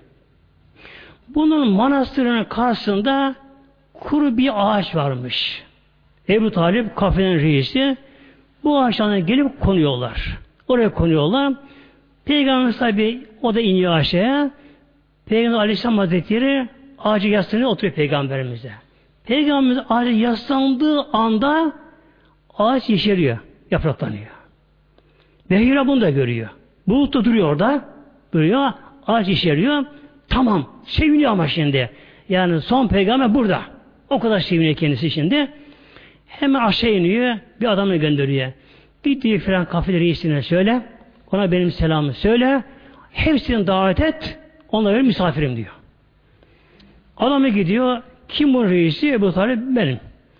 Bunun manastırının karşısında kuru bir ağaç varmış. Ebu Talip kafilenin reisi. Bu ağaçlarına gelip konuyorlar. Oraya konuyorlar. Peygamber tabi o da iniyor aşağıya. Peygamber Aleyhisselam Hazretleri ağacı yaslanıyor, oturuyor Peygamberimize. Peygamberimiz ağacı yaslandığı anda ağaç yeşeriyor, yapraklanıyor. Behira bunu da görüyor. Bulut da duruyor orada. Duruyor, ağaç yeşeriyor. Tamam, seviniyor ama şimdi. Yani son peygamber burada. O kadar seviniyor kendisi şimdi. Hemen aşağı iniyor, bir adamı gönderiyor. Gittiği falan kafile reisine söyle, ona benim selamımı söyle, hepsini davet et, onlara benim misafirim diyor. Adamı gidiyor, kim bu reisi? Ebu Talip benim.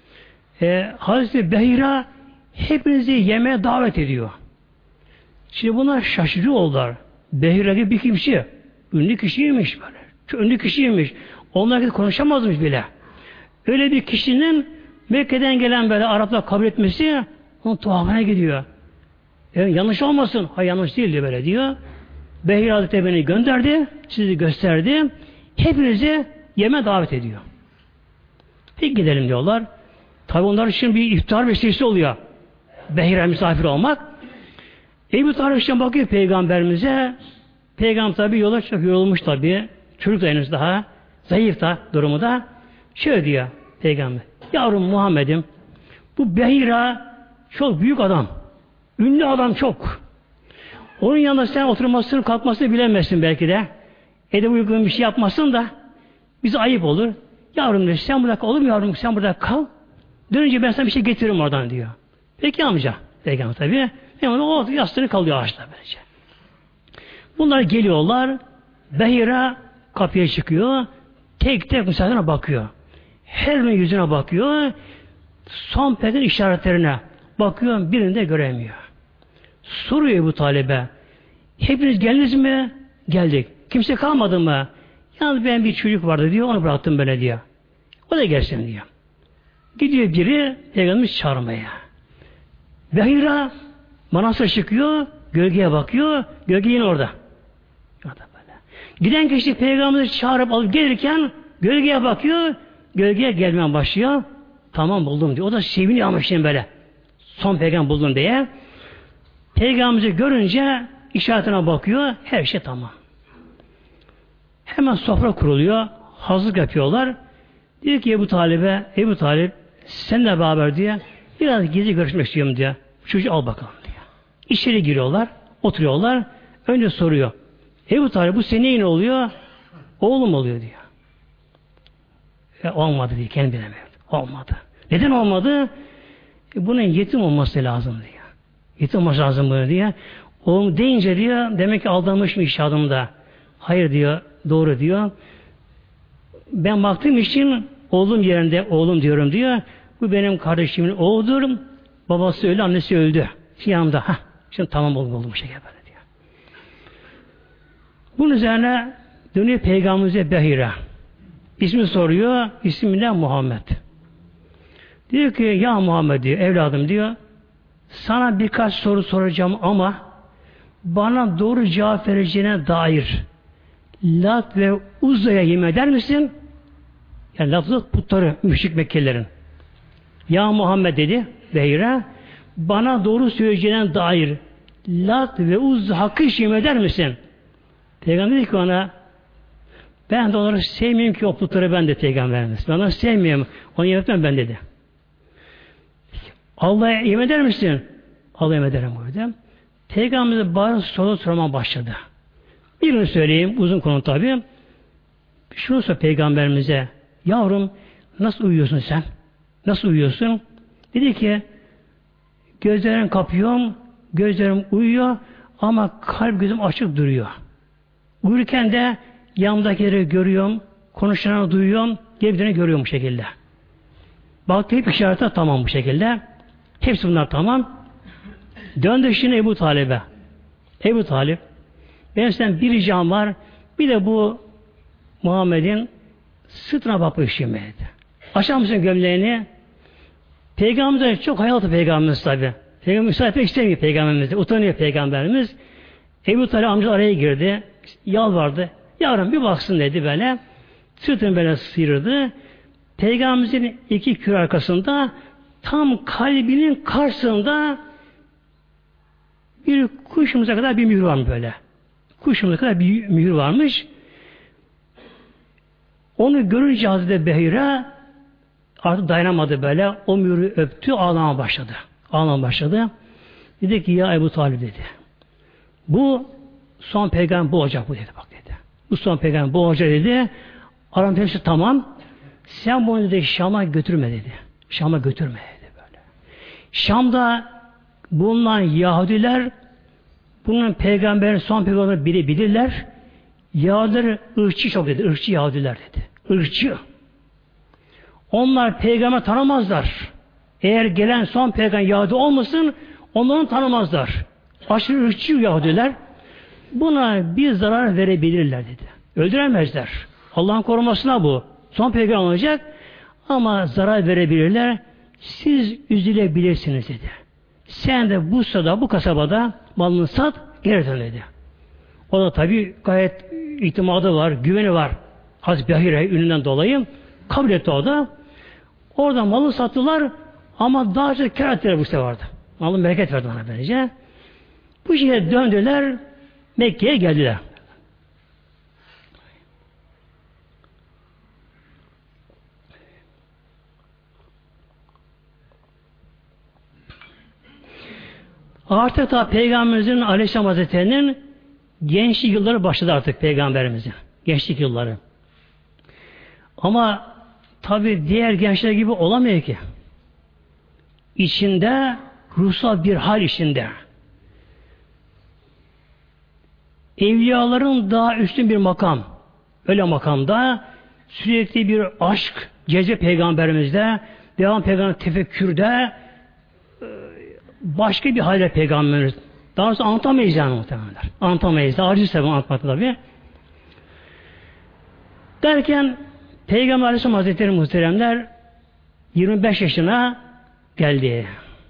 Hazreti Behira hepinizi yemeğe davet ediyor. Şimdi buna şaşırıyor oldular. Behira gibi bir kimse. Ünlü kişiymiş böyle. Çok ünlü kişiymiş. Onlar konuşamazmış bile. Öyle bir kişinin Mekke'den gelen böyle Araplar kabul etmesi onun tuhafına gidiyor. Yanlış olmasın. Hayır yanlış değildi böyle diyor. Behira Hazretleri beni gönderdi. Sizi gösterdi. Hepinizi yeme davet ediyor. Peki gidelim diyorlar. Tabi onlar için bir iftar vesilesi oluyor. Behira misafir olmak. Ebu Talip için bakıyor Peygamberimize. Peygamber tabi yola çok yorulmuş tabi. Çocuk da henüz daha. Zayıf da durumu da. Şöyle diyor Peygamber. Yavrum Muhammed'im bu Behira çok büyük adam. Ünlü adam çok. Onun yanında sen oturmasını kalkmasını bilemezsin belki de. Edeb uygun bir şey yapmasın da bize ayıp olur. Yavrum diyor sen burada kal. Olur mu yavrum sen burada kal. Dönünce ben sana bir şey getiririm oradan diyor. Peki amca. Peygamber tabi. Hemen o yastığını kalıyor ağaçta böylece. Bunlar geliyorlar. Behira kapıya çıkıyor. Tek tek misafirine bakıyor. Her birinin yüzüne bakıyor. Son peygamber işaretlerine bakıyor. Birini de göremiyor. Soruyor Ebu Talib'e. Hepiniz geldiniz mi? Geldik. Kimse kalmadı mı? Yalnız ben bir çocuk vardı diyor. Onu bıraktım böyle diyor. O da gelsin diyor. Gidiyor biri Peygamberimiz çağırmaya. Behira manastır çıkıyor. Gölgeye bakıyor. Gölge yine orada. Giden kişi Peygamberimizi çağırıp alıp gelirken gölgeye bakıyor. Gölgeye gelmeye başlıyor. Tamam buldum diyor. O da seviniyor ama şimdi böyle. Son peygamber buldum diye. Peygamberimizi görünce işaretine bakıyor. Her şey tamam. Hemen sofra kuruluyor. Hazırlık yapıyorlar. Diyor ki Ebu Talib'e, Ebu Talib seninle beraber diye biraz gizli görüşmek istiyorum diye. Çocuğu al bakalım diyor. İçeri giriyorlar. Oturuyorlar. Önce soruyor. Ebu Talib bu senin neyin oluyor? Oğlum oluyor diyor. Olmadı diye kendi bilemiyor. Olmadı. Neden olmadı? Bunun yetim olması lazım diyor. Yıtılmaz lazım bunu diye. Oğlum deyince diyor, demek ki aldanmışım işadımda. Hayır diyor, doğru diyor. Ben baktığım için oğlum yerinde oğlum diyorum diyor. Bu benim kardeşimin oğludur. Babası öldü, annesi öldü. Şimdi yanımda. Şimdi tamam oldu bu şekilde böyle diyor. Bunun üzerine dönüyor Peygamberimize Behira. İsmi soruyor. İsmi ne? Muhammed. Diyor ki ya Muhammed diyor, evladım diyor. Sana birkaç soru soracağım ama bana doğru cevap vereceğine dair Lat ve Uzza'ya yemin eder misin? Yani Lat putları müşrik Mekkelilerin. Ya Muhammed dedi Behira, bana doğru söyleyeceğine dair Lat ve Uzza hakkı yemin eder misin? Peygamber dedi ki ona, ben de onları sevmiyorum ki o putları, ben de peygamberimiz. Ben onları sevmiyorum. Onu yemin etmem ben dedi. Allah'a yemin eder misin? Allah'a yemin ederim burada. Peygamberimize bazı soru sormaya başladı. Birini söyleyeyim, uzun konu tabi. Şunu sor Peygamberimize, yavrum nasıl uyuyorsun sen? Nasıl uyuyorsun? Dedi ki, gözlerim kapıyorum, gözlerim uyuyor ama kalp gözüm açık duruyor. Uyurken de yanımdakileri görüyorum, konuşanları duyuyorum, gelip görüyorum bu şekilde. Baktı hep işaretler tamam bu şekilde. Hepsi bunlar tamam. Döndü şimdi Ebu Talib'e. Ebu Talib, benim senden bir ricam var. Bir de bu Muhammed'in sırtına bakıp işlemeydi. Açar mısın gömleğini? Peygamberimiz çok hayatı Peygamberimiz tabi. Peygamber müsaade etmek istemiyor Peygamberimiz. Utanıyor Peygamberimiz. Ebu Talib amca araya girdi. Yalvardı. Yavrum bir baksın dedi böyle. Sırtını böyle sıyırdı. Peygamberimizin iki kür arkasında tam kalbinin karşısında bir kuşumuza kadar bir mühür varmış böyle. Kuşumuza kadar bir mühür varmış. Onu görünce Hazreti Behira artık dayanamadı böyle. O mühürü öptü, ağlamaya başladı. Ağlamaya başladı. Dedi ki ya Ebu Talib dedi. Bu son peygamber bu olacak bu dedi bak dedi. Bu son peygamber bu olacak dedi. Aramızda hepsi tamam. Sen bunu dedi Şam'a götürme dedi. Şam'a götürme dedi böyle. Şam'da bulunan Yahudiler bunun peygamberin son peygamberin biri bilirler. Yahudiler ırkçı çok dedi. Irkçı Yahudiler dedi. Irkçı. Onlar peygamber tanımazlar. Eğer gelen son peygamber Yahudi olmasın onları tanımazlar. Aşırı ırkçı Yahudiler buna bir zarar verebilirler dedi. Öldüremezler. Allah'ın korumasına bu. Son peygamber olacak ama zarar verebilirler. Siz üzülebilirsiniz dedi. Sen de bu sırada, bu kasabada malını sat, geri dön dedi. O da tabi gayet itimadı var, güveni var. Hazreti Behire ününden dolayı kabul etti o da. Orada malı sattılar ama daha çok kâr ettiler bu sefer vardı. Malın bereket verdi ona böylece. Bu şekilde döndüler, Mekke'ye geldiler. Artık da Peygamberimizin Aleyhisselam Hazretleri'nin gençlik yılları başladı artık Peygamberimizin. Gençlik yılları. Ama tabi diğer gençler gibi olamıyor ki. İçinde ruhsal bir hal içinde. Evliyaların daha üstün bir makam. Öyle makamda sürekli bir aşk, cezbe Peygamberimizde, devam Peygamber tefekkürde başka bir halde Peygamberimiz. Daha sonra anlatamayız yani muhtemelenler. Anlatamayız. Daha acı sebep anlatmakta tabi. Derken Peygamber Aleyhisselam Hazretleri muhteremler 25 yaşına geldi.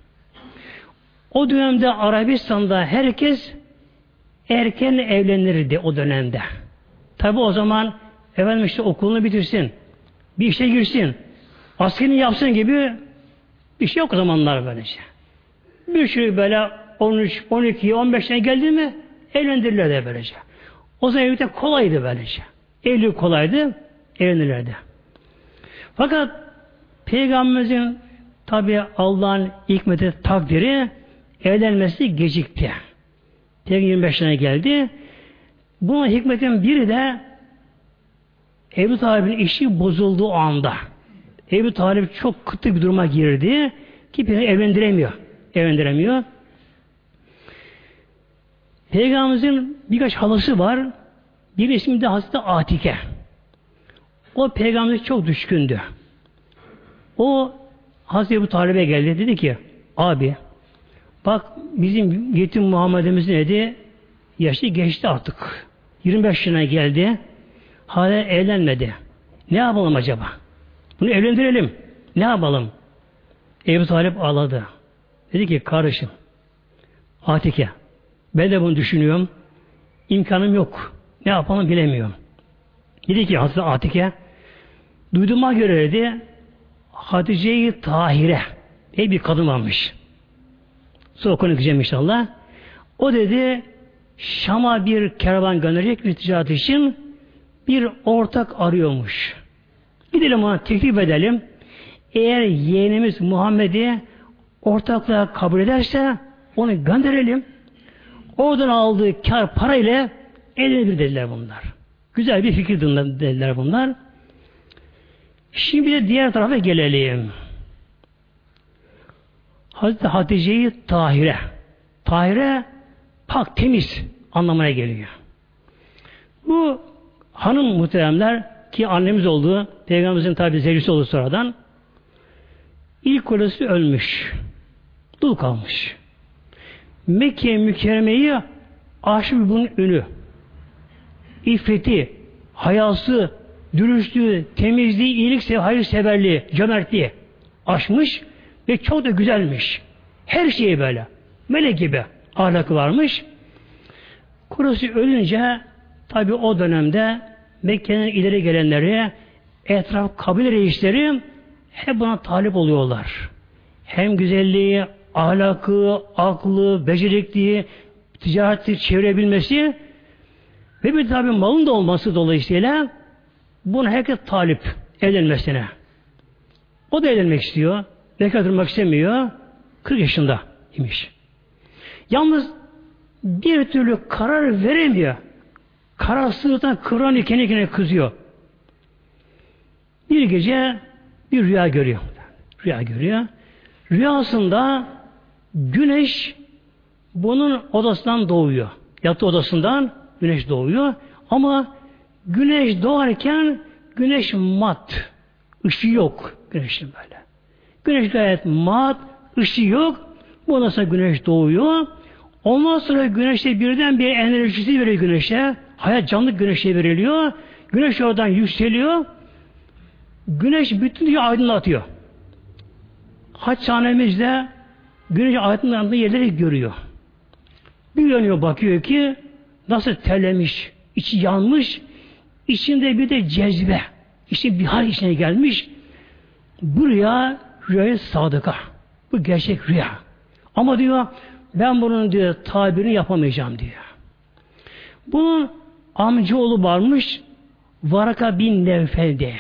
O dönemde Arabistan'da herkes erken evlenirdi o dönemde. Tabi o zaman efendim işte okulunu bitirsin, bir işe girsin, askerini yapsın gibi bir şey yok o zamanlar böylece. Bir şey böyle 13, 12, 15 sene geldi mi evlendirirler de böylece. O zaman evlilik kolaydı böylece. Evlilik kolaydı, evlenirlerdi. Fakat Peygamberimizin tabi Allah'ın hikmeti, takdiri evlenmesi gecikti. Peygamber 25 sene geldi. Bunun hikmetin biri de Ebu Talib'in işi bozulduğu anda. Ebu Talib çok kıtlık bir duruma girdi ki beni evlendiremiyor. Evlendiremiyor. Peygamberimizin birkaç halası var. Bir ismi de Hazreti Atike. O Peygamberimiz çok düşkündü. O Hazreti Ebu Talib'e geldi. Dedi ki abi bak bizim yetim Muhammed'imizin dedi yaşı geçti artık. 25 yaşına geldi. Hala evlenmedi. Ne yapalım acaba? Bunu evlendirelim. Ne yapalım? Ebu Talip ağladı. Dedi ki kardeşim Atike ben de bunu düşünüyorum. İmkanım yok. Ne yapalım bilemiyorum. Dedi ki Hazreti Atike duyduğuma göre dedi Hatice-i Tahire diye bir kadın varmış. Sonra konuşacağım inşallah. O dedi Şam'a bir kervan gönderecek bir ticaret için bir ortak arıyormuş. Gidelim ona teklif edelim. Eğer yeğenimiz Muhammed'i ortaklığa kabul ederse onu gönderelim. Oradan aldığı kar parayla evlenebilir dediler bunlar. Güzel bir fikir dediler bunlar. Şimdi de diğer tarafa gelelim. Hazreti Hatice-i Tahire. Tahire pak, temiz anlamına geliyor. Bu hanım muhteremler ki annemiz oldu, Peygamberimizin tabi zevcisi oldu sonradan. İlk kocası ölmüş. Dul kalmış. Mekke mükerremeyi aşık bunun ünü. İffeti, hayası, dürüstlüğü, temizliği, iyilik, hayırseverliği, cömertliği aşmış ve çok da güzelmiş. Her şeyi böyle. Melek gibi ahlakı varmış. Kocası ölünce tabi o dönemde Mekke'nin ileri gelenleri, etraf kabile reisleri hep buna talip oluyorlar. Hem güzelliği, ahlakı, aklı, becerikliği, ticareti çevirebilmesi ve bir tabi malın da olması dolayısıyla buna herkes talip evlenmesine. O da evlenmek istiyor. Bekar durmak istemiyor. 40 yaşında imiş. Yalnız bir türlü karar veremiyor. Kararsızlıktan kıvranıyor, kendi kendine kızıyor. Bir gece bir rüya görüyor. Rüya görüyor. Rüyasında güneş bunun odasından doğuyor. Yattığı odasından güneş doğuyor. Ama güneş doğarken güneş mat. Işığı yok güneşin böyle. Güneş gayet mat, ışığı yok. Bundan sonra güneş doğuyor. Ondan sonra güneşte birden bir enerjisi veriyor güneşe. Hayat canlı güneşe veriliyor. Güneş oradan yükseliyor. Güneş bütün dünyayı aydınlatıyor. Haçhanemizde güneş aydınlandığı yerleri görüyor. Bir yönüyor bakıyor ki nasıl terlemiş, içi yanmış, içinde bir de cezbe, işte bir hal içine gelmiş. Bu rüyayı sadıka. Bu gerçek rüya. Ama diyor ben bunun diyor tabirini yapamayacağım diyor. Bunun amcaoğlu varmış Varaka bin Nevfel diye.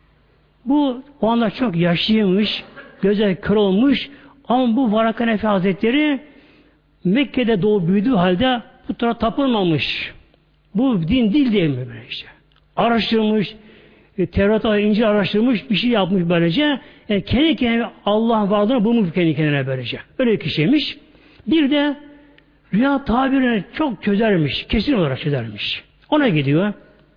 Bu o anda çok yaşlıymış, göze kör olmuş ama bu Varaka Nefi Hazretleri Mekke'de doğup büyüdüğü halde bu tarafa tapılmamış. Bu din değil diye mi böyle işte. Araştırmış, Tevrat'ı, İncil araştırmış, bir şey yapmış böylece. Yani kendi kendine Allah'ın varlığını bulmuş kendi kendine böylece. Öyle bir kişiymiş. Bir de rüya tabirini çok çözermiş. Kesin olarak çözermiş. Ona gidiyor.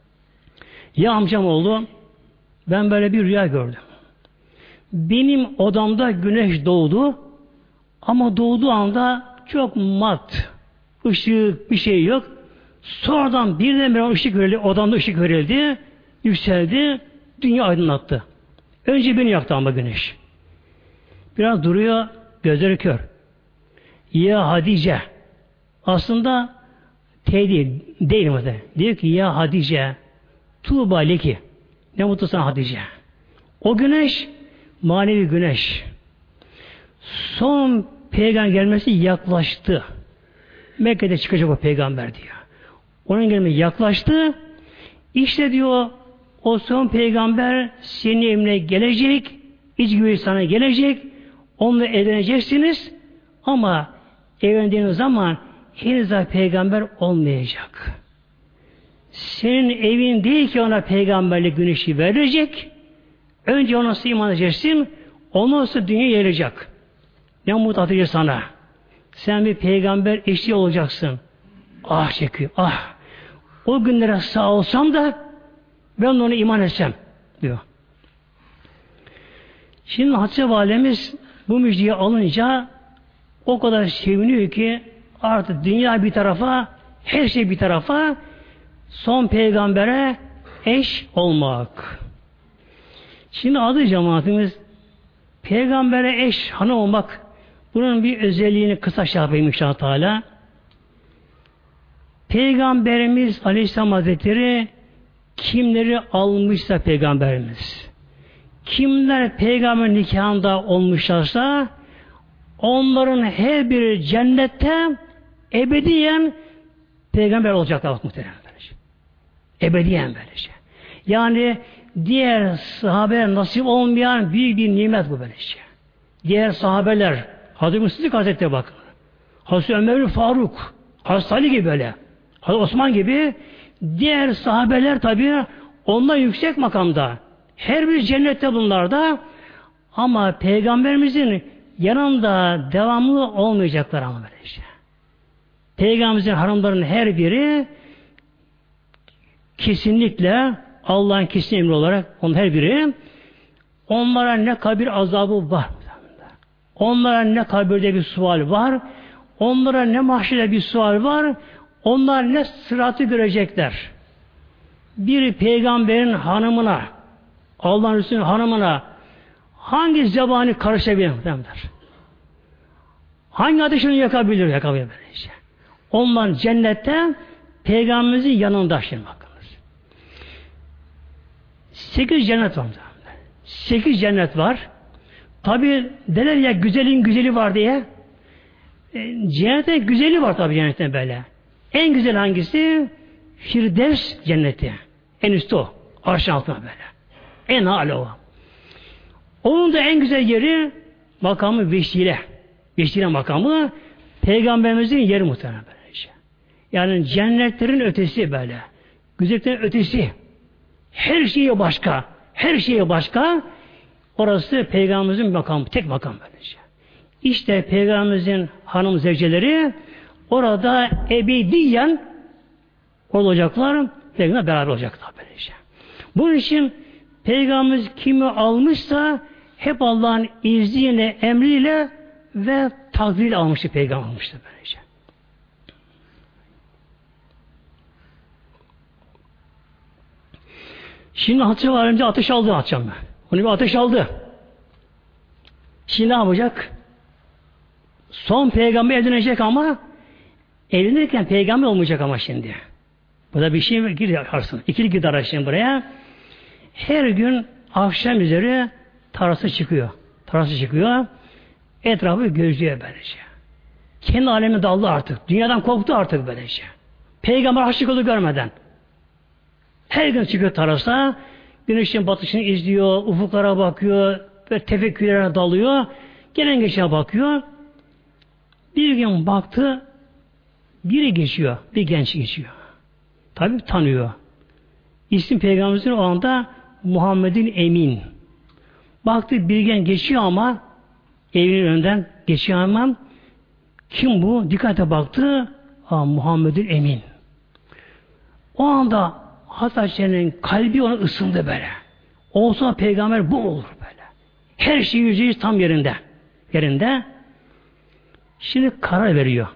Ya amcam oldu. Ben böyle bir rüya gördüm. Benim odamda güneş doğdu. Ama doğduğu anda çok mat. Işık bir şey yok. Sonradan birdenbire ışık verildi. Odamda ışık verildi. Yükseldi. Dünya aydınlattı. Önce beni yaktı ama güneş. Biraz duruyor. Gözleri kör. Ya Hatice. Aslında değil mi? Diyor ki ya Hatice Tuğba leki. Ne mutlu sana Hatice. O güneş manevi güneş. Son peygamber gelmesi yaklaştı. Mekke'de çıkacak o peygamber diyor. Onun gelmesi yaklaştı. İşte diyor o son peygamber senin evine gelecek. İç gibi sana gelecek. Onunla evleneceksiniz. Ama evlendiğiniz zaman henüz daha peygamber olmayacak. Senin evin değil ki ona peygamberlik güneşi verecek. Önce ona iman edeceksin. Ondan sonra dünya yayılacak. Ne mutlu Hatice sana. Sen bir peygamber eşliği olacaksın. ah çekiyor. Ah! O günlere sağ olsam da ben ona iman etsem diyor. Şimdi Hatice Validemiz bu müjdeyi alınca o kadar seviniyor ki artık dünya bir tarafa, her şey bir tarafa, son peygambere eş olmak. Şimdi adı cemaatimiz peygambere eş, hanım olmak, bunun bir özelliğini kısa şey yapayım inşallah Teala. Peygamberimiz Aleyhisselam Hazretleri kimleri almışsa Peygamberimiz, kimler peygamber nikahında olmuşlarsa onların her biri cennette ebediyen peygamber olacaklar muhtemelen. Ebediyen böylece. Yani diğer sahabeye nasip olmayan büyük bir nimet bu böylece. Diğer sahabeler, Hazreti Müslim Hazretleri bakın. Hazreti Ömer Faruk, Hazreti Ali gibi böyle, Hazreti Osman gibi diğer sahabeler tabi onlar yüksek makamda. Her bir cennette bunlarda ama Peygamberimizin yanında devamlı olmayacaklar ama böylece. Peygamberimizin hanımlarının her biri kesinlikle Allah'ın kesin emri olarak onun her biri onlara ne kabir azabı var. Onlara ne kabirde bir sual var. Onlara ne mahşerde bir sual var. Onlar ne sıratı görecekler. Bir peygamberin hanımına, Allah'ın Resulü'nün hanımına hangi zebani karışabilir? Hangi ateşini yakabilir? Yakabilir böylece. Onlar cennette peygamberimizin yanında şimdi bakınız. 8 cennet var. 8 cennet var. Tabi derler ya güzelin güzeli var diye. Cennette güzeli var tabi cennette böyle. En güzel hangisi? Firdevs cenneti. En üstü o. Arşın altına böyle. En âlâ o. Onun da en güzel yeri makamı Veşile. Veşile makamı Peygamberimizin yeri muhtemelen böylece. Yani cennetlerin ötesi böyle. Güzelliklerin ötesi. Her şeye başka. Her şeye başka. Orası Peygamberimizin makamı. Tek makam böylece. İşte Peygamberimizin hanım zevceleri orada ebediyen olacaklar. Peygamberle beraber olacaklar böylece. Bunun için Peygamberimiz kimi almışsa hep Allah'ın izniyle, emriyle ve takdiriyle almıştı Peygamber almıştı böylece. Şimdi Hatice Validemiz ateş aldı Hatice'm. Onu bir ateş aldı. Şimdi ne yapacak? Son peygamber evlenecek ama evlenirken peygamber olmayacak ama şimdi. Bu da bir şey gidarsın. İkili gidar şimdi buraya. Her gün akşam üzeri tarası çıkıyor. Tarası çıkıyor. Etrafı gözlüyor böylece. Kendi alemine daldı artık. Dünyadan koptu artık böylece. Peygamber aşık oldu görmeden. Her gün çıkıyor tarasa. Güneşin batışını izliyor. Ufuklara bakıyor. Ve tefekkürlere dalıyor. Gelen geçene bakıyor. Bir gün baktı. Biri geçiyor. Bir genç geçiyor. Tabii tanıyor. İsmi Peygamberimizin o anda Muhammed'in Emin. Baktı bir genç geçiyor ama evinin önünden geçiyor ama kim bu? Dikkate baktı. Muhammed'in Emin. O anda Hatice'nin kalbi ona ısındı böyle. Olsa peygamber bu olur böyle. Her şey %100 tam yerinde. Yerinde. Şimdi karar veriyor.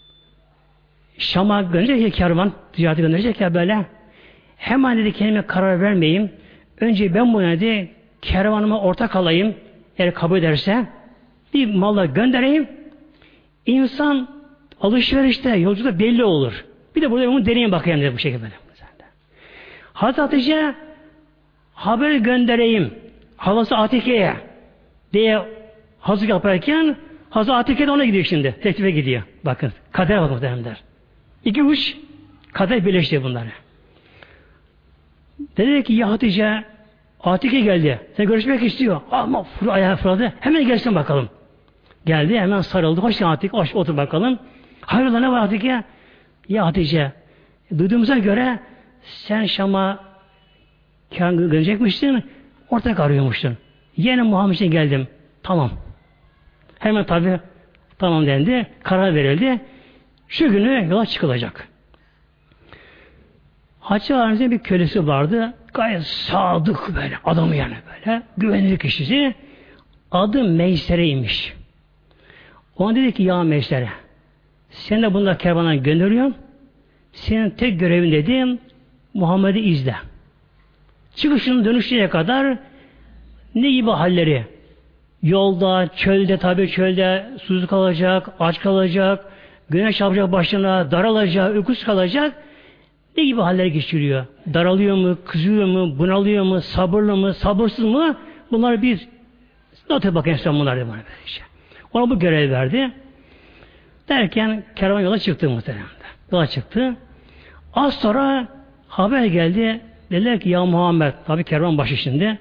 Şam'a gönderecek kervan, ticarete gönderecek ya böyle. Hemen dedi kendime karar vermeyeyim. Önce ben bu dedi kervanıma ortak alayım. Eğer kabul ederse bir malla göndereyim. İnsan alışverişte, yolculukta belli olur. Bir de burada bunu deneyim bakayım dedi bu şekilde. Hazreti Hatice haberi göndereyim. Halası Atike'ye diye hazırlık yaparken Hazreti Atike de ona gidiyor şimdi. Teklife gidiyor. Bakın. Kader bakın der. İki uç kader birleşti bunları. Dedi ki ya Hatice Atike geldi. Sen görüşmek istiyor. Ama ayağı fırladı. Hemen gelsin bakalım. Geldi hemen sarıldı. Hoş geldin Atike. Hoş otur bakalım. Hayrola ne var Atike? Ya Hatice duyduğumuza göre sen Şam'a gönderecekmişsin. Ortak arıyormuşsun. Yine Muhammed'e geldim. Tamam. Hemen tabi tamam dendi. Karar verildi. Şu günü yola çıkılacak. Hatice Validemizin bir kölesi vardı. Gayet sadık böyle. Adamı yani böyle. Güvenilir kişisi. Adı Meysere'ymiş. Ona dedi ki ya Meysere, sen de bunlar kervana gönderiyorum. Senin tek görevin dedim Muhammed'i izle. Çıkışının dönüşüne kadar ne gibi halleri? Yolda, çölde, tabi çölde susuz kalacak, aç kalacak, güneş çarpacak başına, daralacak, uykusuz kalacak. Ne gibi haller geçiriyor? Daralıyor mu, kızıyor mu, bunalıyor mu, sabırlı mı, sabırsız mı? Bunları bir not et bakayım sen bunlar bana böylece. Ona bu görev verdi. Derken kervan yola çıktı muhtemelen. Yola çıktı. Az sonra haber geldi. Dediler ki ya Muhammed, tabi kervan başı şimdi.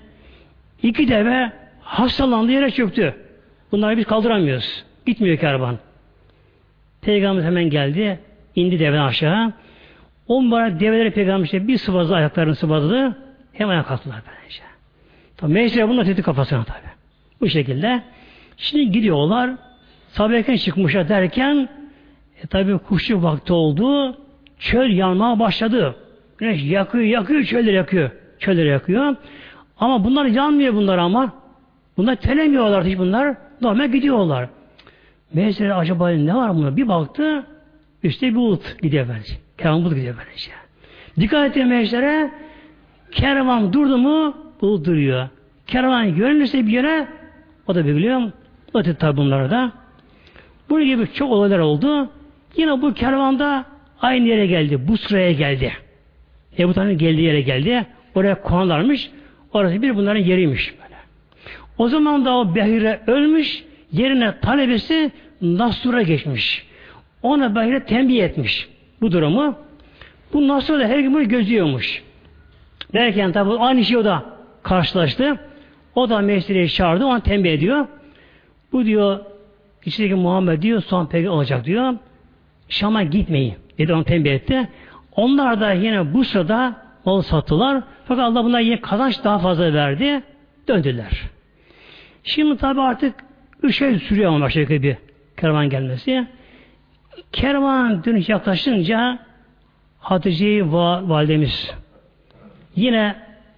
2 deve hastalandı, yere çöktü. Bunları biz kaldıramıyoruz. Gitmiyor kervan. Peygamber hemen geldi. İndi deveden aşağı. O mübarek develeri Peygamber işte bir sıvazdı, ayaklarını sıvazdı. Hemen ayağa kalktılar böylece. Tabi Meysere bununla tehdit kafasına tabi. Bu şekilde. Şimdi gidiyorlar. Sabah erken çıkmışlar derken tabi kuşluk vakti oldu. Çöl yanmaya başladı. Güneş yakıyor, çölleri yakıyor. Çölleri yakıyor. Ama bunlar yanmıyor bunlar ama. Bunlar telemiyorlar hiç bunlar. Normal gidiyorlar. Meysere acaba ne var bunda? Bir baktı. İşte bir bulut gidiyor bence. Kervan bulut gidiyor bence. Dikkat edin Meysere. Kervan durdu mu bulut duruyor. Kervan yönelirse bir yere o da biliyor. O da tabi bunlara da. Bunun gibi çok olaylar oldu. Yine bu kervanda aynı yere geldi. Busra'ya geldi. Ebu Talib'in geldiği yere geldi. Oraya konarlarmış. Orası bir bunların yeriymiş böyle. O zaman da o Behire ölmüş. Yerine talebesi Nasr'a geçmiş. Ona Behire tembih etmiş bu durumu. Bu Nasr da her gün bunu gözüyormuş. Derken tabi aynı şey o da karşılaştı. O da Meysere'yi çağırdı. Ona tembih ediyor. Bu diyor içindeki Muhammed diyor son peygamber olacak diyor. Şam'a gitmeyin dedi, onu tembih etti. Onlar da yine bu sırada mal sattılar. Fakat Allah bunlara yine kazanç daha fazla verdi. Döndüler. Şimdi tabi artık 3 ay sürüyor ama başka bir kervan gelmesi. Kervan dönüş yaklaşınca Hatice-i validemiz yine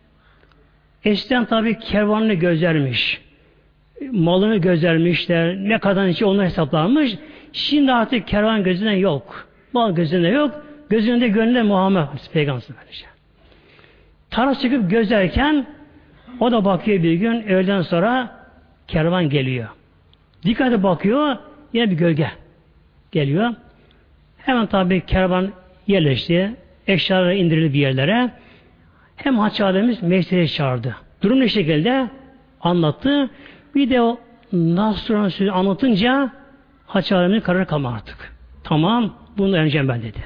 eskiden tabi kervanını gözlermiş. Malını gözlermişler. Ne kadar için onu hesaplanmış. Şimdi artık kervan gözünden yok. Mal gözünde yok. Gözünde gönlünde Muhammed Peygamber böylece. Taras çıkıp gözlerken o da bakıyor bir gün öğleden sonra kervan geliyor. Dikkate bakıyor yine bir gölge geliyor. Hemen tabi kervan yerleşti. Eşyaları indirildi bir yerlere. Hem Hatice Validemiz Meysere'yi çağırdı. Durum ne şekilde anlattı. Bir de o Nasr'ın sözü anlatınca Hatice Validemiz'in kararı kalmadı artık. Tamam, bunu öğreneceğim ben dedi.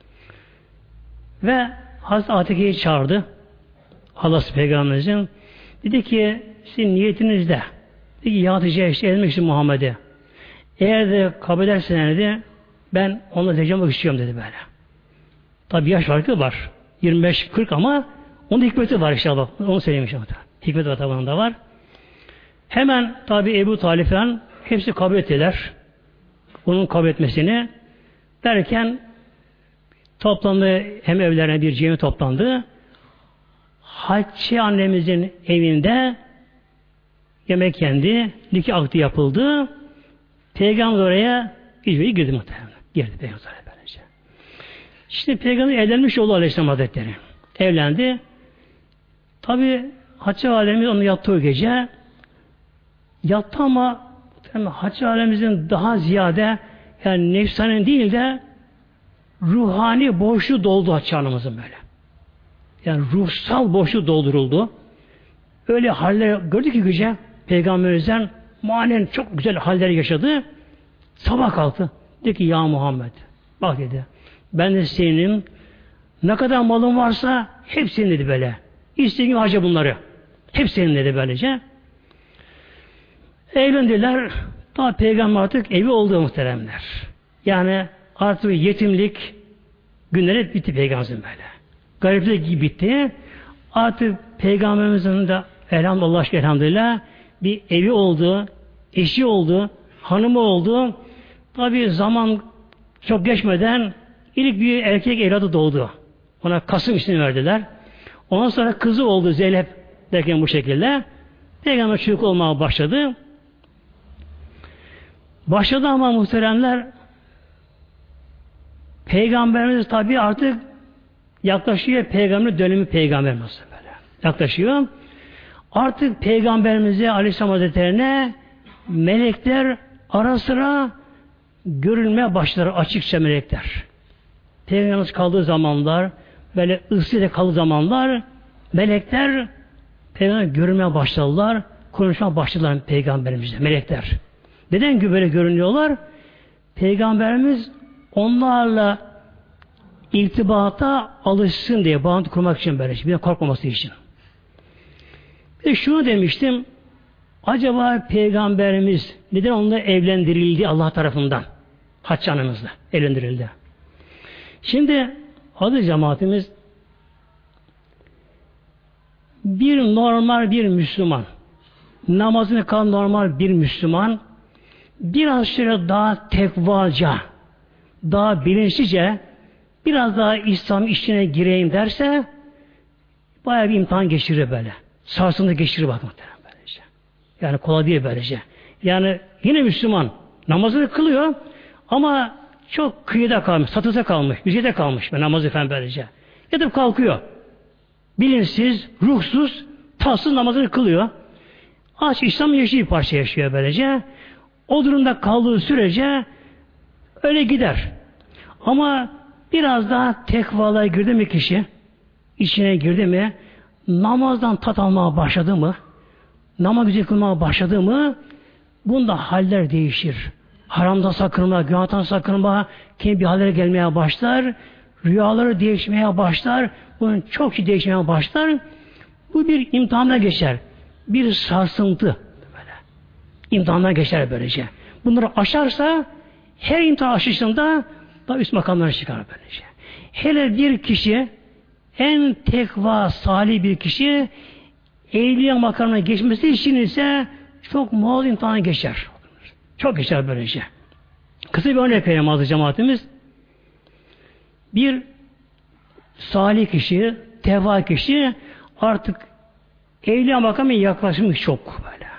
Ve Hazreti Atike'yi çağırdı. Halası Peygamberimizin. Dedi ki sizin niyetinizde dedi ki Hatice'ye işte ezmek için Muhammed'i. Eğer de kabul edersen dedi ben onunla zevcelemek istiyorum dedi böyle. Tabi yaş farkı var. 25-40 ama onun hikmeti var inşallah. Onu söylemiş ama. Hikmeti var tabi onun da var. Hemen tabi Ebu Talib falan hepsi kabul ettiler. Onun kabul etmesini derken toplandı hem evlerine bir cemi toplandı. Hatice annemizin evinde yemek yendi. Nikah akdi yapıldı. Peygamber oraya girdi muhtemelen. Girdi Peygamber böylece. Şimdi Peygamber evlenmiş oldu Aleyhisselam Hazretleri. Evlendi. Tabi Hatice Validemiz onu yattı o gece. Yattı ama Hatice Validemizin daha ziyade yani nefsanen değil de ruhani boşluğu doldu Hatice Hanımızın böyle. Yani ruhsal boşluğu dolduruldu. Öyle haller gördü ki gece Peygamberimizden manen çok güzel haller yaşadı. Sabah kalktı. Dedi ki ya Muhammed bak dedi ben de senin ne kadar malın varsa hepsinin dedi böyle. İstediğin gibi harca bunları. Hepsinin dedi böylece. Evlendiler. Daha Peygamber artık evi oldu muhteremler. Yani artık yetimlik günleri bitti Peygamberimizin böyle. Gariplik bitti. Artık Peygamberimizin de elhamdülillah bir evi oldu, eşi oldu, hanımı oldu. Tabi zaman çok geçmeden ilk bir erkek evladı doğdu. Ona Kasım ismini verdiler. Ondan sonra kızı oldu Zeynep derken bu şekilde. Peygamber çocuk olmaya başladı. Başladı ama muhteremler Peygamberimiz tabi artık yaklaşıyor peygamber dönemi peygamberimiz böyle. Yaklaşıyor. Artık Peygamberimize Aleyhisselam Hazretleri'ne melekler ara sıra görülmeye başlar açıkça melekler. Peygamberimiz kaldığı zamanlar böyle ıssıyla kaldığı zamanlar melekler Peygamber görülmeye başladılar. Konuşmaya başladılar Peygamberimizle melekler. Neden böyle görünüyorlar? Peygamberimiz onlarla irtibata alışsın diye bağlantı kurmak için böyle. Bir de korkmaması için. Bir de şunu demiştim. Acaba Peygamberimiz neden onunla evlendirildi Allah tarafından? Haç canımızla evlendirildi. Şimdi adı cemaatimiz bir normal bir Müslüman namazını kılan normal bir Müslüman biraz şöyle daha tekvaca daha bilinçlice biraz daha İslam işine gireyim derse bayağı bir imtihan geçirir böyle. Sarsıntı geçirir bakın böylece. Yani kolay değil böylece. Yani yine Müslüman namazını kılıyor ama çok kıyıda kalmış, satıda kalmış, yüzeyde kalmış namazı efendim böylece. Yatıp kalkıyor. Bilinçsiz, ruhsuz, tatsız namazını kılıyor. Aç İslam yaşıyor bir parça yaşıyor böylece. O durumda kaldığı sürece öyle gider. Ama biraz daha tekvalığa girdi mi kişi, içine girdi mi, namazdan tat almaya başladı mı, namaz güzel kılmaya başladı mı, bunda haller değişir. Haramdan sakınma, günahtan sakınma, kendi bir hallere gelmeye başlar, rüyaları değişmeye başlar, bunun çok şey değişmeye başlar. Bu bir imtihana geçer. Bir sarsıntı. Böyle. İmtihandan geçer böylece. Bunları aşarsa her imtihan aşışında daha üst makamlara çıkar böylece. Hele bir kişi en tekva, salih bir kişi evliya makamına geçmesi için ise çok muazzam imtihana geçer. Çok geçer böylece. Kısa bir örnek vereyim azı cemaatimiz. Bir salih kişi, tevva kişi artık evliya makamına yaklaşmış çok böyle.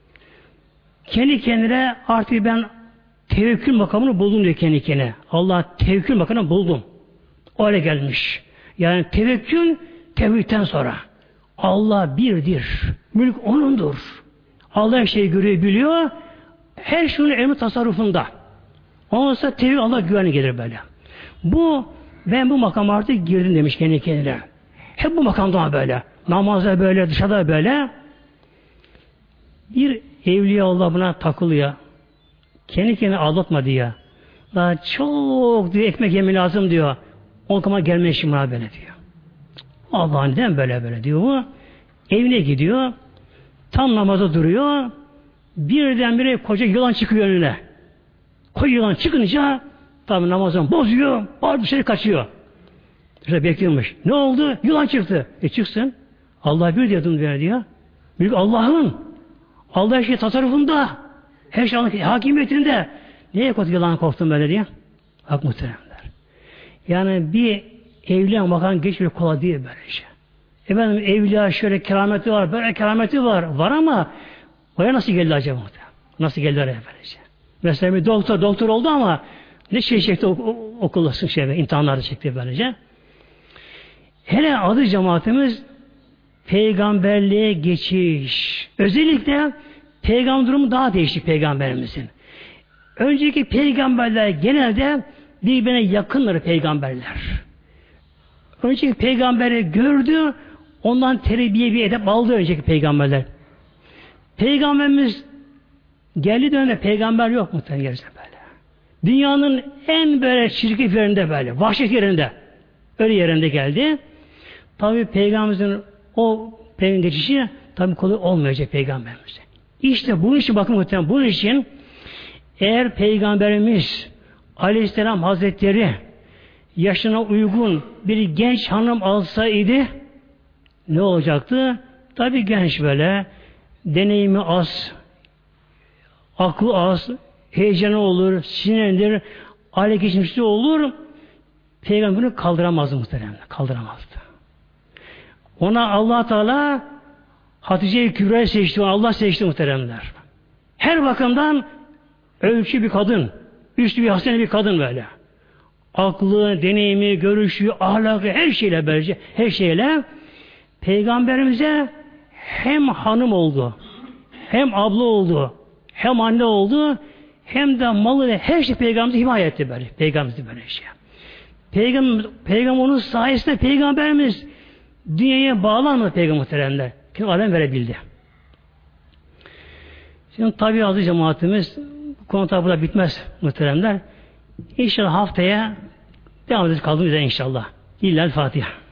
Kendi kendine artık ben tevekkül makamını buldum diyor kendi kendine. Allah tevekkül makamını buldum. Öyle gelmiş. Yani tevekkül tevhidten sonra. Allah birdir. Mülk O'nundur. Allah her şeyi görüyor, biliyor. Her şeyin emri tasarrufunda. Ondan sonra tevhid Allah güvenli gelir böyle. Ben bu makama artık girdim demiş kendi kendine. Hep bu makamda böyle. Namazda böyle, dışarıda böyle. Bir evliya Allah buna takılıyor. Kendi kendine aldatma diyor. Daha çok diyor ekmek yemi lazım diyor. O makama gelme işim var böyle diyor. Allah neden böyle diyor bu. Evine gidiyor. Tam namaza duruyor. Birdenbire koca yılan çıkıyor önüne. Koca yılan çıkınca tabi namazını bozuyor. Bağır dışarı kaçıyor. İşte bekliyormuş. Ne oldu? Yılan çıktı. Çıksın. Allah bir diyordum diyor. Büyük Allah'ın. Allah her şey tasarrufunda. Her şey Allah'ın hakimiyetinde. Neye korktun yılan korktun böyle diye? Hak muhteremler. Yani bir evliya bakan geçmiyor kolay değil böyle şey. Efendim evliya şöyle kerameti var, böyle kerameti var. Var ama oraya nasıl geldi acaba? Nasıl geldi oraya böylece? Mesela bir doktor oldu ama ne şey çekti okullasın imtihanlarda çekti böylece. Hele adı cemaatimiz peygamberliğe geçiş. Özellikle peygamber durumu daha değişik peygamberimizin. Önceki peygamberler genelde birbirine yakınları peygamberler. Önceki peygamberi gördü, ondan terbiye bir edep aldı önceki peygamberler. Peygamberimiz geldiği dönemde peygamber yok muhtemelen gerçekten böyle. Dünyanın en böyle çirkef yerinde böyle, vahşet yerinde, öyle yerinde geldi. Tabi peygamberimizin o peygamber geçişi tabi kolay olmayacak peygamberimize. İşte bunun için bakın muhtemelen bunun için eğer peygamberimiz Aleyhisselam Hazretleri yaşına uygun bir genç hanım alsaydı ne olacaktı? Tabi genç böyle deneyimi az, aklı az, heyecanı olur, sinirlenir, aile geçmişli olur. Peygamber bunu kaldıramazdı muhteremler. Kaldıramazdı. Ona Allah Teala Hatice-i Kübra'yı seçti. Allah seçti muhteremler. Her bakımdan ölçü bir kadın. Üstü bir hasene bir kadın böyle. Aklı, deneyimi, görüşü, ahlakı her şeyle böylece, her şeyle Peygamberimize hem hanım oldu, hem abla oldu, hem anne oldu, hem de malı ve her şey Peygamberimize himaye etti böyle. Peygamberimize böyle şey. Peygamber onun sayesinde Peygamberimiz dünyaya bağlanmadı Peygamber muhteremler. Kim alem verebildi. Şimdi tabi aziz cemaatimiz bu konu tabi burada bitmez muhteremler. İnşallah haftaya devam edeceğiz kaldığımız yerden inşallah. İllal Fatiha.